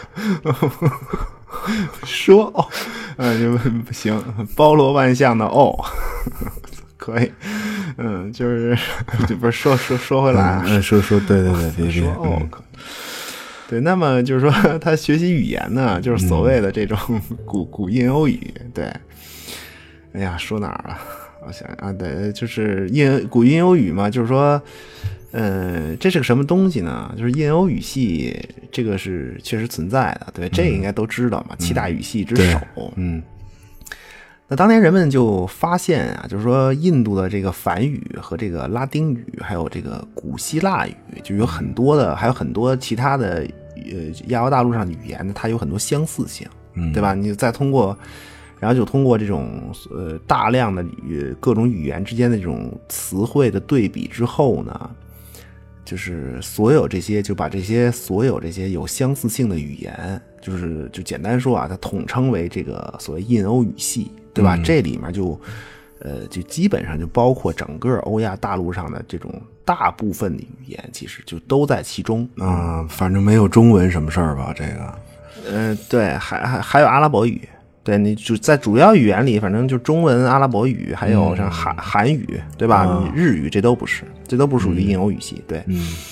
S4: 说就不行，包罗万象的可以。就是不是说回来
S2: 说对，别
S4: 说对，那么就是说他学习语言呢，就是所谓的这种古印欧语。对，哎呀，说哪儿了？我想对，就是古印欧语嘛，就是说这是个什么东西呢？就是印欧语系，这个是确实存在的，对，这个应该都知道嘛，7大语系之首。那当年人们就发现啊，就是说印度的这个梵语和这个拉丁语，还有这个古希腊语，就有很多的，还有很多其他的亚欧大陆上的语言呢，它有很多相似性，对吧？你再通过然后就通过这种大量的各种语言之间的这种词汇的对比之后呢，就是所有这些所有这些有相似性的语言，就简单说啊，它统称为这个所谓印欧语系，对吧？这里面就基本上就包括整个欧亚大陆上的这种大部分的语言，其实就都在其中
S2: 啊。反正没有中文什么事儿吧？这个，
S4: 对，还有阿拉伯语。对，你就在主要语言里，反正就中文、阿拉伯语，还有像韩语，对吧？日语这都不是属于印欧语系。对，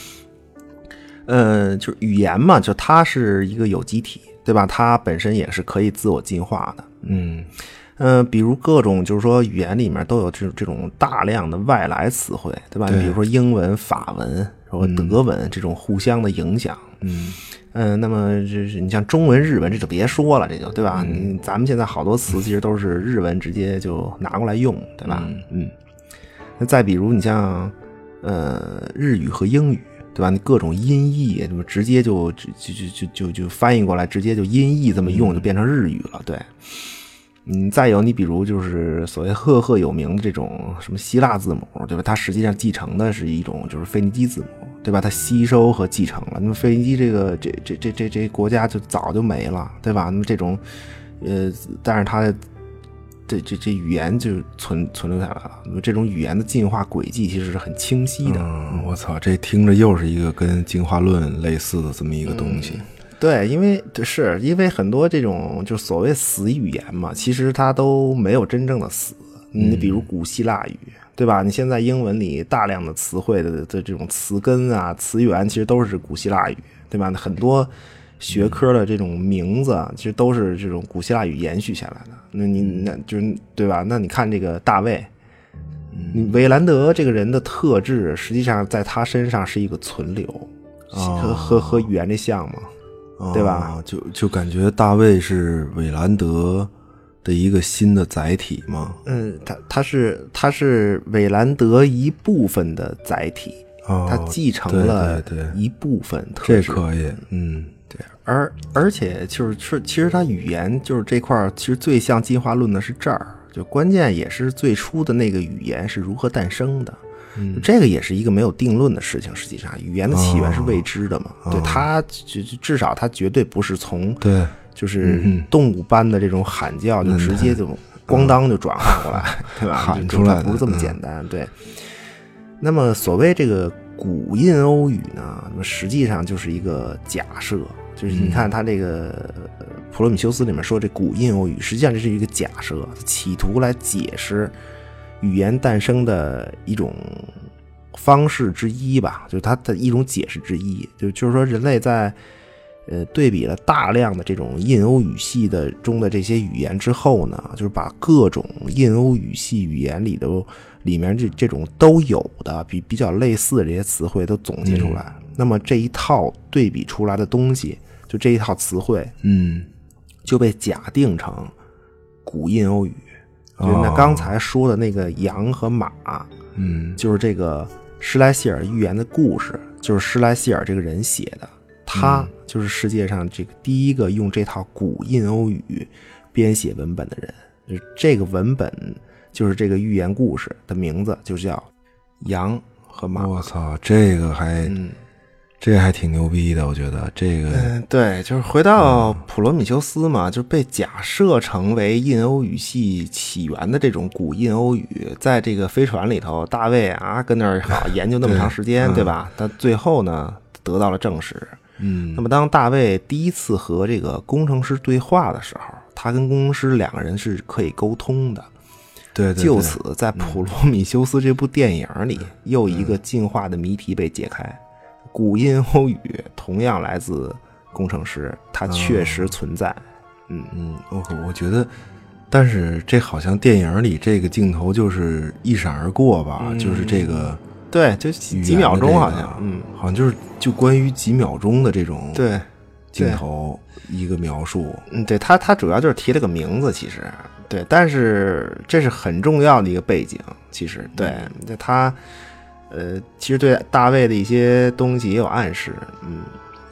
S4: 就是语言嘛，就它是一个有机体，对吧？它本身也是可以自我进化的。比如各种就是说语言里面都有这种大量的外来词汇，对吧？你比如说英文、法文和德文这种互相的影响。那么就是你像中文、日文，这就别说了，这就对吧？咱们现在好多词其实都是日文直接就拿过来用，对吧？那再比如你像日语和英语，对吧？你各种音译，什么直接就翻译过来，直接就音译这么用，就变成日语了，对。再有你比如就是所谓赫有名的这种什么希腊字母，对吧？它实际上继承的是一种就是腓尼基字母，对吧？它吸收和继承了。那么腓尼基这国家就早就没了，对吧？那么这种但是它这语言就存留下来了。那么这种语言的进化轨迹其实是很清晰的。
S2: 我操，这听着又是一个跟进化论类似的这么一个东西。
S4: 对，因为很多这种就所谓死语言嘛，其实它都没有真正的死。你比如古希腊语，对吧？你现在英文里大量的词汇的这种词根啊、词源，其实都是古希腊语，对吧？很多学科的这种名字，其实都是这种古希腊语延续下来的。那就是对吧？那你看这个大卫，韦兰德这个人的特质，实际上在他身上是一个存留，和语言这像嘛。对吧？
S2: 就感觉大卫是韦兰德的一个新的载体吗？
S4: 他是韦兰德一部分的载体，他继承了一部分特质。
S2: 这可以，
S4: 对。而且其实他语言就是这块，其实最像进化论的是这儿，就关键也是最初的那个语言是如何诞生的。这个也是一个没有定论的事情，实际上语言的起源是未知的嘛。对，它至少它绝对不是从就是动物般的这种喊叫就直接就咣当就转换过来，对吧？
S2: 喊出来
S4: 不是这么简单。对。那么所谓这个古印欧语呢，那么实际上就是一个假设，就是你看它这个普罗米修斯里面说这古印欧语，实际上这是一个假设，企图来解释语言诞生的一种方式之一吧，就是它的一种解释之一，就是说人类在对比了大量的这种印欧语系中的这些语言之后呢，就是把各种印欧语系语言里面这种都有的比较类似的这些词汇都总结出来。那么这一套对比出来的东西，就这一套词汇，就被假定成古印欧语。那刚才说的那个羊和马，就是这个施莱希尔寓言的故事，就是施莱希尔这个人写的，他就是世界上这个第一个用这套古印欧语编写文本的人。就是这个文本，就是这个寓言故事的名字就叫羊和马。
S2: 我操，这还挺牛逼的，我觉得这个。
S4: 对，就是回到普罗米修斯嘛，就被假设成为印欧语系起源的这种古印欧语，在这个飞船里头，大卫啊跟那儿好研究那么长时间，对吧？他最后呢得到了证实。那么当大卫第一次和这个工程师对话的时候，他跟工程师两个人是可以沟通的。
S2: 对，
S4: 就此在普罗米修斯这部电影里，又一个进化的谜题被解开。古印欧语同样来自工程师，它确实存在。
S2: 我觉得，但是这好像电影里这个镜头就是一闪而过吧，就是这个
S4: 对，就几秒钟好像，
S2: 好像就关于几秒钟的这种
S4: 对
S2: 镜头一个描述。
S4: 对，他主要就是提了个名字，其实对，但是这是很重要的一个背景，其实对，他。其实对大卫的一些东西也有暗示，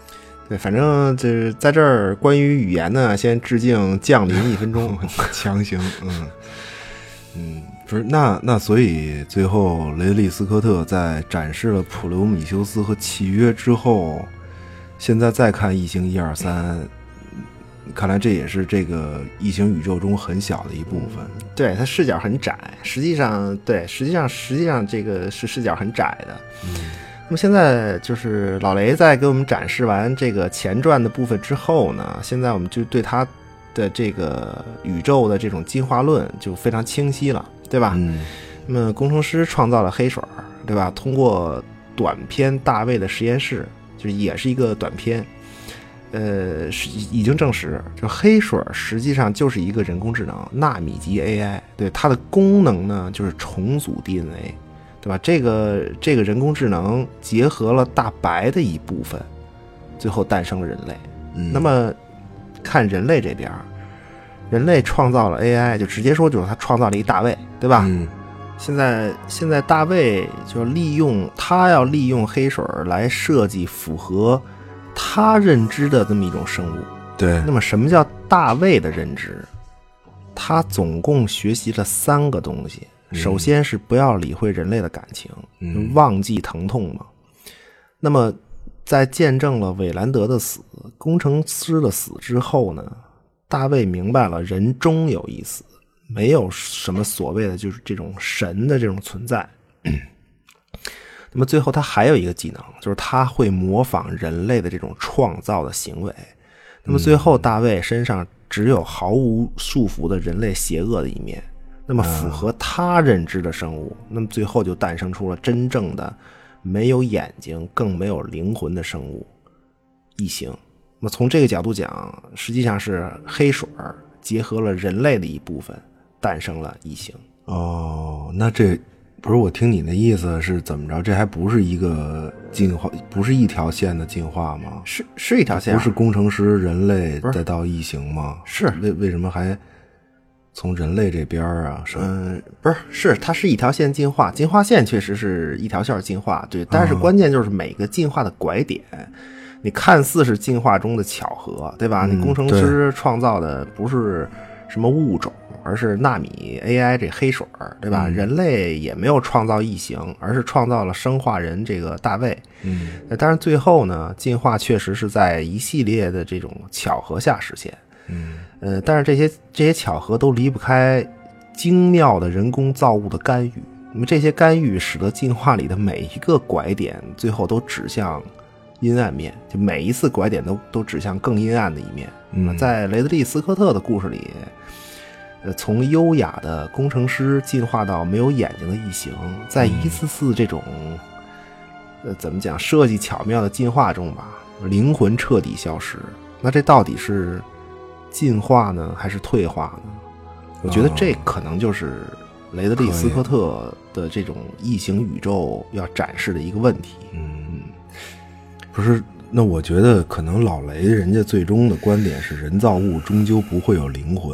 S4: 对，反正就是在这儿关于语言呢，先致敬降临1分钟，
S2: 强行，不是，那所以最后雷德利·斯科特在展示了普罗米修斯和契约之后，现在再看异形1、2、3，看来这也是这个异形宇宙中很小的一部分。
S4: 对，它视角很窄，实际上这个是视角很窄的。那么现在就是老雷在给我们展示完这个前传的部分之后呢，现在我们就对他的这个宇宙的这种进化论就非常清晰了，对吧？那么工程师创造了黑水，对吧？通过短篇大卫的实验室，就是也是一个短篇，已经证实，就黑水实际上就是一个人工智能纳米级 AI， 对它的功能呢就是重组 DNA， 对吧？这个人工智能结合了大白的一部分，最后诞生了人类。那么看人类这边，人类创造了 AI， 就直接说就是他创造了一大卫，对吧？现在大卫就要利用黑水来设计符合他认知的这么一种生物。
S2: 对，
S4: 那么什么叫大卫的认知？他总共学习了3个东西。首先是不要理会人类的感情，忘记疼痛嘛。那么在见证了韦兰德的死、工程师的死之后呢，大卫明白了人终有一死，没有什么所谓的就是这种神的这种存在。那么最后他还有一个技能，就是他会模仿人类的这种创造的行为。那么最后大卫身上只有毫无束缚的人类邪恶的一面，那么符合他认知的生物，那么最后就诞生出了真正的没有眼睛更没有灵魂的生物异形。那么从这个角度讲，实际上是黑水结合了人类的一部分，诞生了异形。
S2: 那这不是，我听你的意思是怎么着？这还不是一个进化，不是一条线的进化吗？
S4: 是一条线，
S2: 不是工程师人类再到异形吗？
S4: 是
S2: 为什么还从人类这边啊？
S4: 不是，它是一条线进化，进化线确实是一条线进化，对。但是关键就是每个进化的拐点，你看似是进化中的巧合，对吧？你工程师创造的不是什么物种，而是纳米 AI 这黑水，对吧？人类也没有创造异形，而是创造了生化人这个大卫。但是最后呢，进化确实是在一系列的这种巧合下实现。但是这些巧合都离不开精妙的人工造物的干预。那么这些干预使得进化里的每一个拐点最后都指向阴暗面，就每一次拐点都指向更阴暗的一面。在雷德利·斯科特的故事里，从优雅的工程师进化到没有眼睛的异形，在一次次这种怎么讲设计巧妙的进化中吧，灵魂彻底消失。那这到底是进化呢还是退化呢？我觉得这可能就是雷德利·斯科特的这种异形宇宙要展示的一个问题。
S2: 不是，那我觉得可能老雷人家最终的观点是人造物终究不会有灵魂。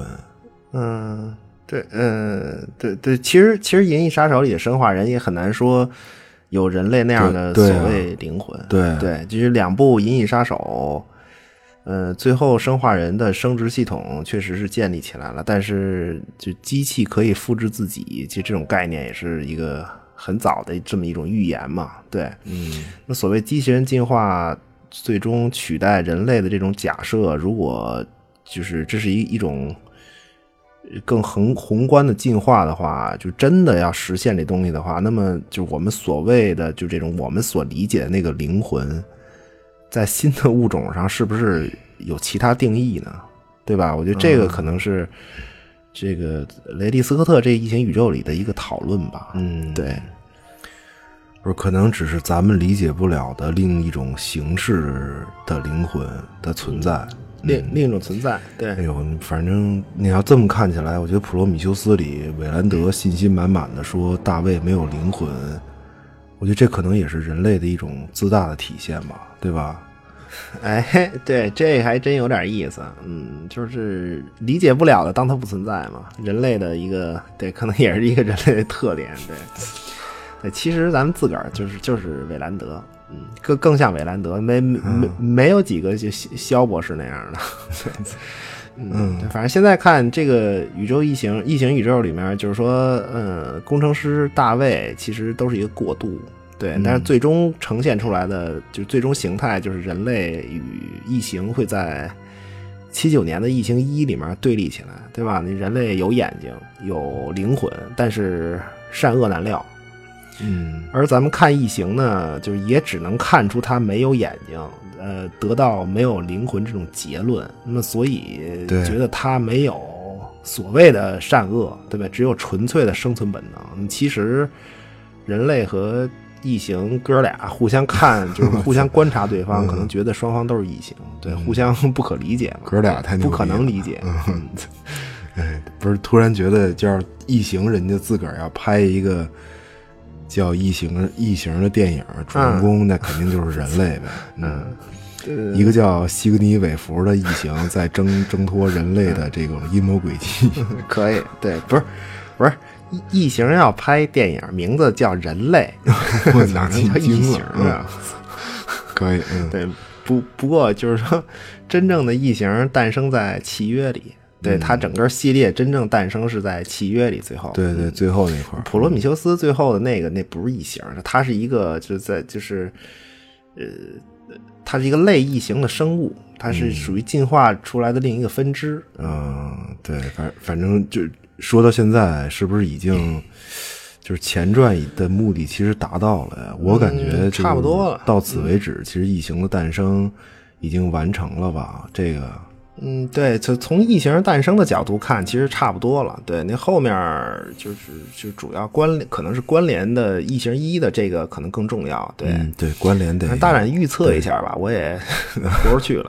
S4: 对，其实《银翼杀手》里的生化人也很难说有人类那样的所谓灵魂。对，就是2部《银翼杀手》，最后生化人的生殖系统确实是建立起来了，但是就机器可以复制自己，其实这种概念也是一个很早的这么一种预言嘛。对，那所谓机器人进化最终取代人类的这种假设，如果就是这是一种更宏观的进化的话，就真的要实现这东西的话，那么就我们所谓的就这种我们所理解的那个灵魂，在新的物种上是不是有其他定义呢？对吧？我觉得这个可能是这个雷利斯科特这异形宇宙里的一个讨论吧。对，
S2: 不是，可能只是咱们理解不了的另一种形式的灵魂的存在。
S4: 另一种存在。对，
S2: 哎呦，反正你要这么看起来，我觉得《普罗米修斯》里韦兰德信心满满的说大卫没有灵魂，我觉得这可能也是人类的一种自大的体现吧，对吧？
S4: 哎，对，这还真有点意思。就是理解不了的当它不存在嘛，人类的一个，对，可能也是一个人类的特点。对，其实咱们自个儿就是韦兰德。 更像韦兰德，没有几个就肖博士那样的。反正现在看这个宇宙异形宇宙里面，就是说，工程师大卫其实都是一个过渡，对，但是最终呈现出来的就是最终形态，就是人类与异形会在79年的异形1里面对立起来，对吧？你人类有眼睛有灵魂，但是善恶难料。而咱们看异形呢，就是也只能看出他没有眼睛，得到没有灵魂这种结论。那么所以觉得他没有所谓的善恶，对吧？只有纯粹的生存本能。其实人类和异形哥俩互相看，就是互相观察对方，可能觉得双方都是异形，对，互相不可理解嘛，
S2: 哥俩太牛逼了，
S4: 不可能理解。
S2: 哎，不是，突然觉得叫异形，人家自个儿要拍一个叫异形的电影，主人公那肯定就是人类呗。一个叫西格尼韦弗的异形在挣脱人类的这种阴谋诡计。
S4: 可以，对，不是异形要拍电影，名字叫人类，
S2: 我
S4: 哪能叫异形啊？
S2: 可以，
S4: 对，不过就是说，真正的异形诞生在契约里。对，它整个系列真正诞生是在契约里，最后
S2: 对最后那块
S4: 普罗米修斯最后的那不是异形，它是一个它是一个类异形的生物，它是属于进化出来的另一个分支。
S2: 对，反正就说到现在，是不是已经就是前传的目的其实达到了呀？我感觉
S4: 差不多了。
S2: 到此为止，其实异形的诞生已经完成了吧？这个。
S4: 对，从异形诞生的角度看，其实差不多了。对，那后面就主要可能是关联的异形1的这个可能更重要。对，
S2: 对，关联得
S4: 大胆预测一下吧，我也活着去了。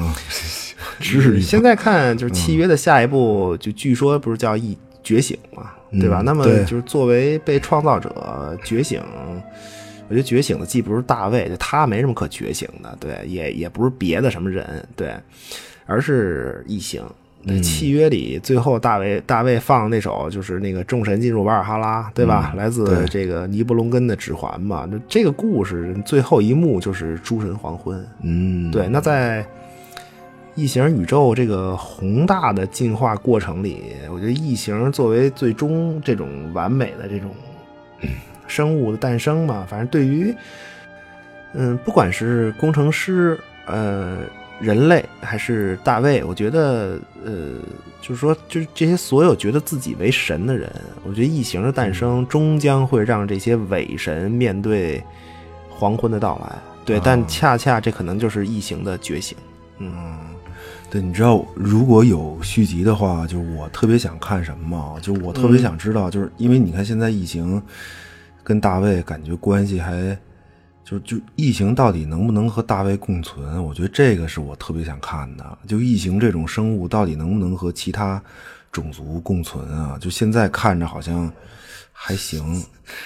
S4: 现在看就是契约的下一步，就据说不是叫觉醒嘛，对吧？那么就是作为被创造者觉醒。我觉得觉醒的既不是大卫，他没什么可觉醒的，对，也不是别的什么人，对，而是异形。契约里最后大卫放那首就是那个众神进入瓦尔哈拉，对吧？来自这个尼布龙根的指环嘛。这个故事最后一幕就是诸神黄昏。对。那在异形宇宙这个宏大的进化过程里，我觉得异形作为最终这种完美的这种生物的诞生嘛，反正对于不管是工程师人类还是大卫，我觉得就是说就是这些所有觉得自己为神的人，我觉得异形的诞生终将会让这些伪神面对黄昏的到来。对，但恰恰这可能就是异形的觉醒。
S2: 对，你知道如果有续集的话，就是我特别想看什么吗？就是我特别想知道，就是因为你看现在异形跟大卫感觉关系还就异形到底能不能和大卫共存，我觉得这个是我特别想看的。就异形这种生物到底能不能和其他种族共存啊？就现在看着好像还行。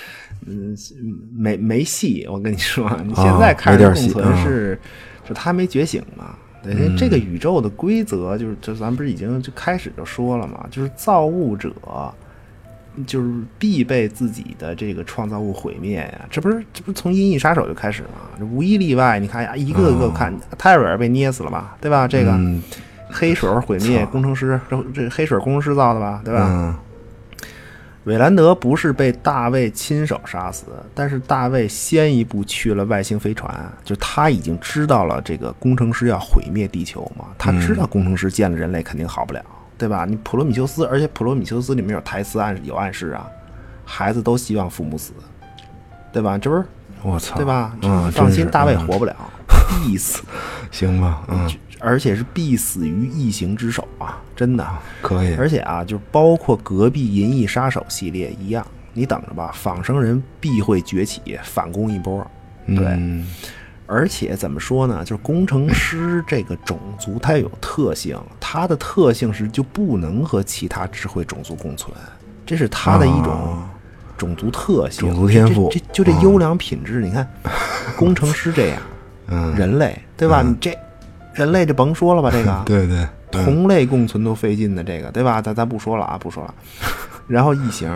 S4: 没戏，我跟你说，你现在看着共存是他没觉醒嘛。对，这个宇宙的规则就咱们不是已经就开始就说了嘛，就是造物者就是必被自己的这个创造物毁灭呀，这不是从《银翼杀手》就开始吗？无一例外，你看呀，一个个看，泰瑞尔被捏死了吧，对吧？这个黑水毁灭工程师，这黑水工程师造的吧，对吧？韦兰德不是被大卫亲手杀死，但是大卫先一步去了外星飞船，就他已经知道了这个工程师要毁灭地球嘛，他知道工程师见了人类肯定好不了，对吧？你普罗米修斯，而且普罗米修斯里面有台词有暗示啊，孩子都希望父母死，对吧？这不是
S2: 我操，
S4: 对吧？放心，大卫活不了，必死，
S2: 行吧？
S4: 而且是必死于异形之手啊！真的
S2: 可以。
S4: 而且啊，就包括隔壁《银翼杀手》系列一样，你等着吧，仿生人必会崛起，反攻一波。对，而且怎么说呢？就是工程师这个种族，它有特性，它的特性是就不能和其他智慧种族共存，这是它的一种种族特性、
S2: 种族天赋。
S4: 这优良品质，你看，工程师这样，人类对吧？你这。人类就甭说了吧，这个
S2: 对对，
S4: 同类共存都费劲的这个，对吧？咱不说了啊，不说了。然后异形，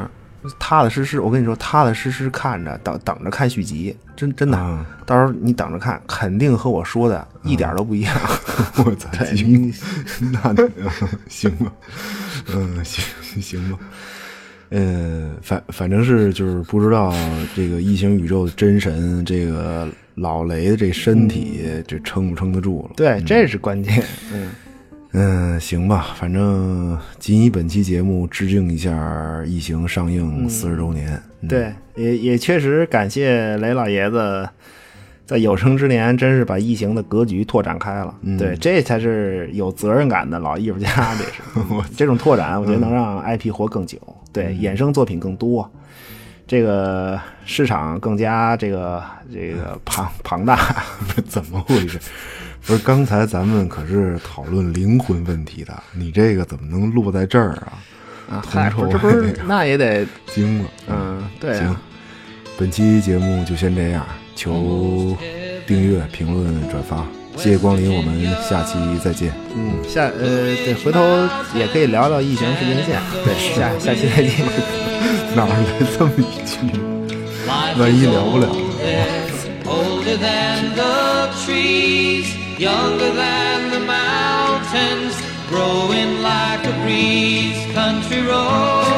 S4: 踏踏实实，我跟你说，踏踏实实看着，等着看续集，真的，到时候你等着看，肯定和我说的一点都不一样。
S2: 我操，行，那行吧，行吧。反正是就是不知道这个异形宇宙的真神这个老雷的这身体这撑不撑得住了？
S4: 对，这是关键。
S2: 行吧，反正仅以本期节目致敬一下异形上映40周年。
S4: 对，也确实感谢雷老爷子在有生之年真是把异形的格局拓展开了。对，这才是有责任感的老艺术家。这是这种拓展，我觉得能让 IP 活更久，对，衍生作品更多，这个市场更加这个庞大。
S2: 怎么回事？不是，刚才咱们可是讨论灵魂问题的，你这个怎么能落在这儿啊？
S4: 嗨，这不是那也得
S2: 惊了。
S4: 对。
S2: 行，本期节目就先这样，求订阅、评论、转发，谢谢光临，我们下期再见。
S4: 对，回头也可以聊聊异形时间线。对，下期再见。
S2: 哪儿来这么一句？万一聊不了。
S1: Older than the trees, younger than the mountains, growing like a breeze, country roads,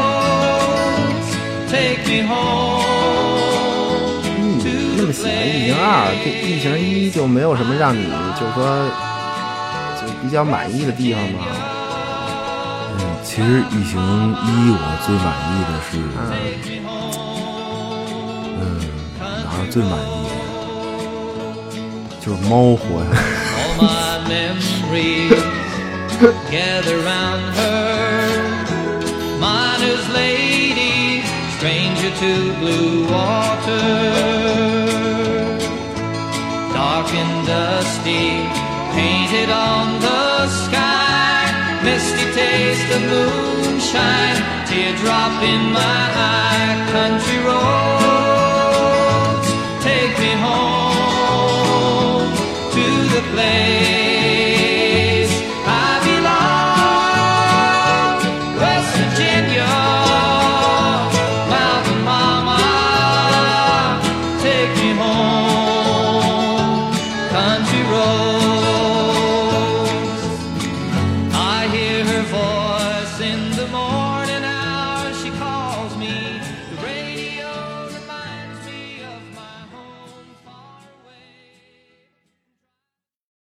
S1: take me home to
S4: 那么喜欢异形2，这异形1就没有什么让你就是说就比较满意的地方吗？
S2: 其实异形1我最满意的是，哪儿最满意？就是猫活下来。
S1: All my memories gather round her, miner's lady, stranger to blue water, dark and dusty, painted on the sky, misty taste of moonshine, teardrop in my eye, country roads, take me home to the place I belong, West Virginia, mountain mama, take me home, country road.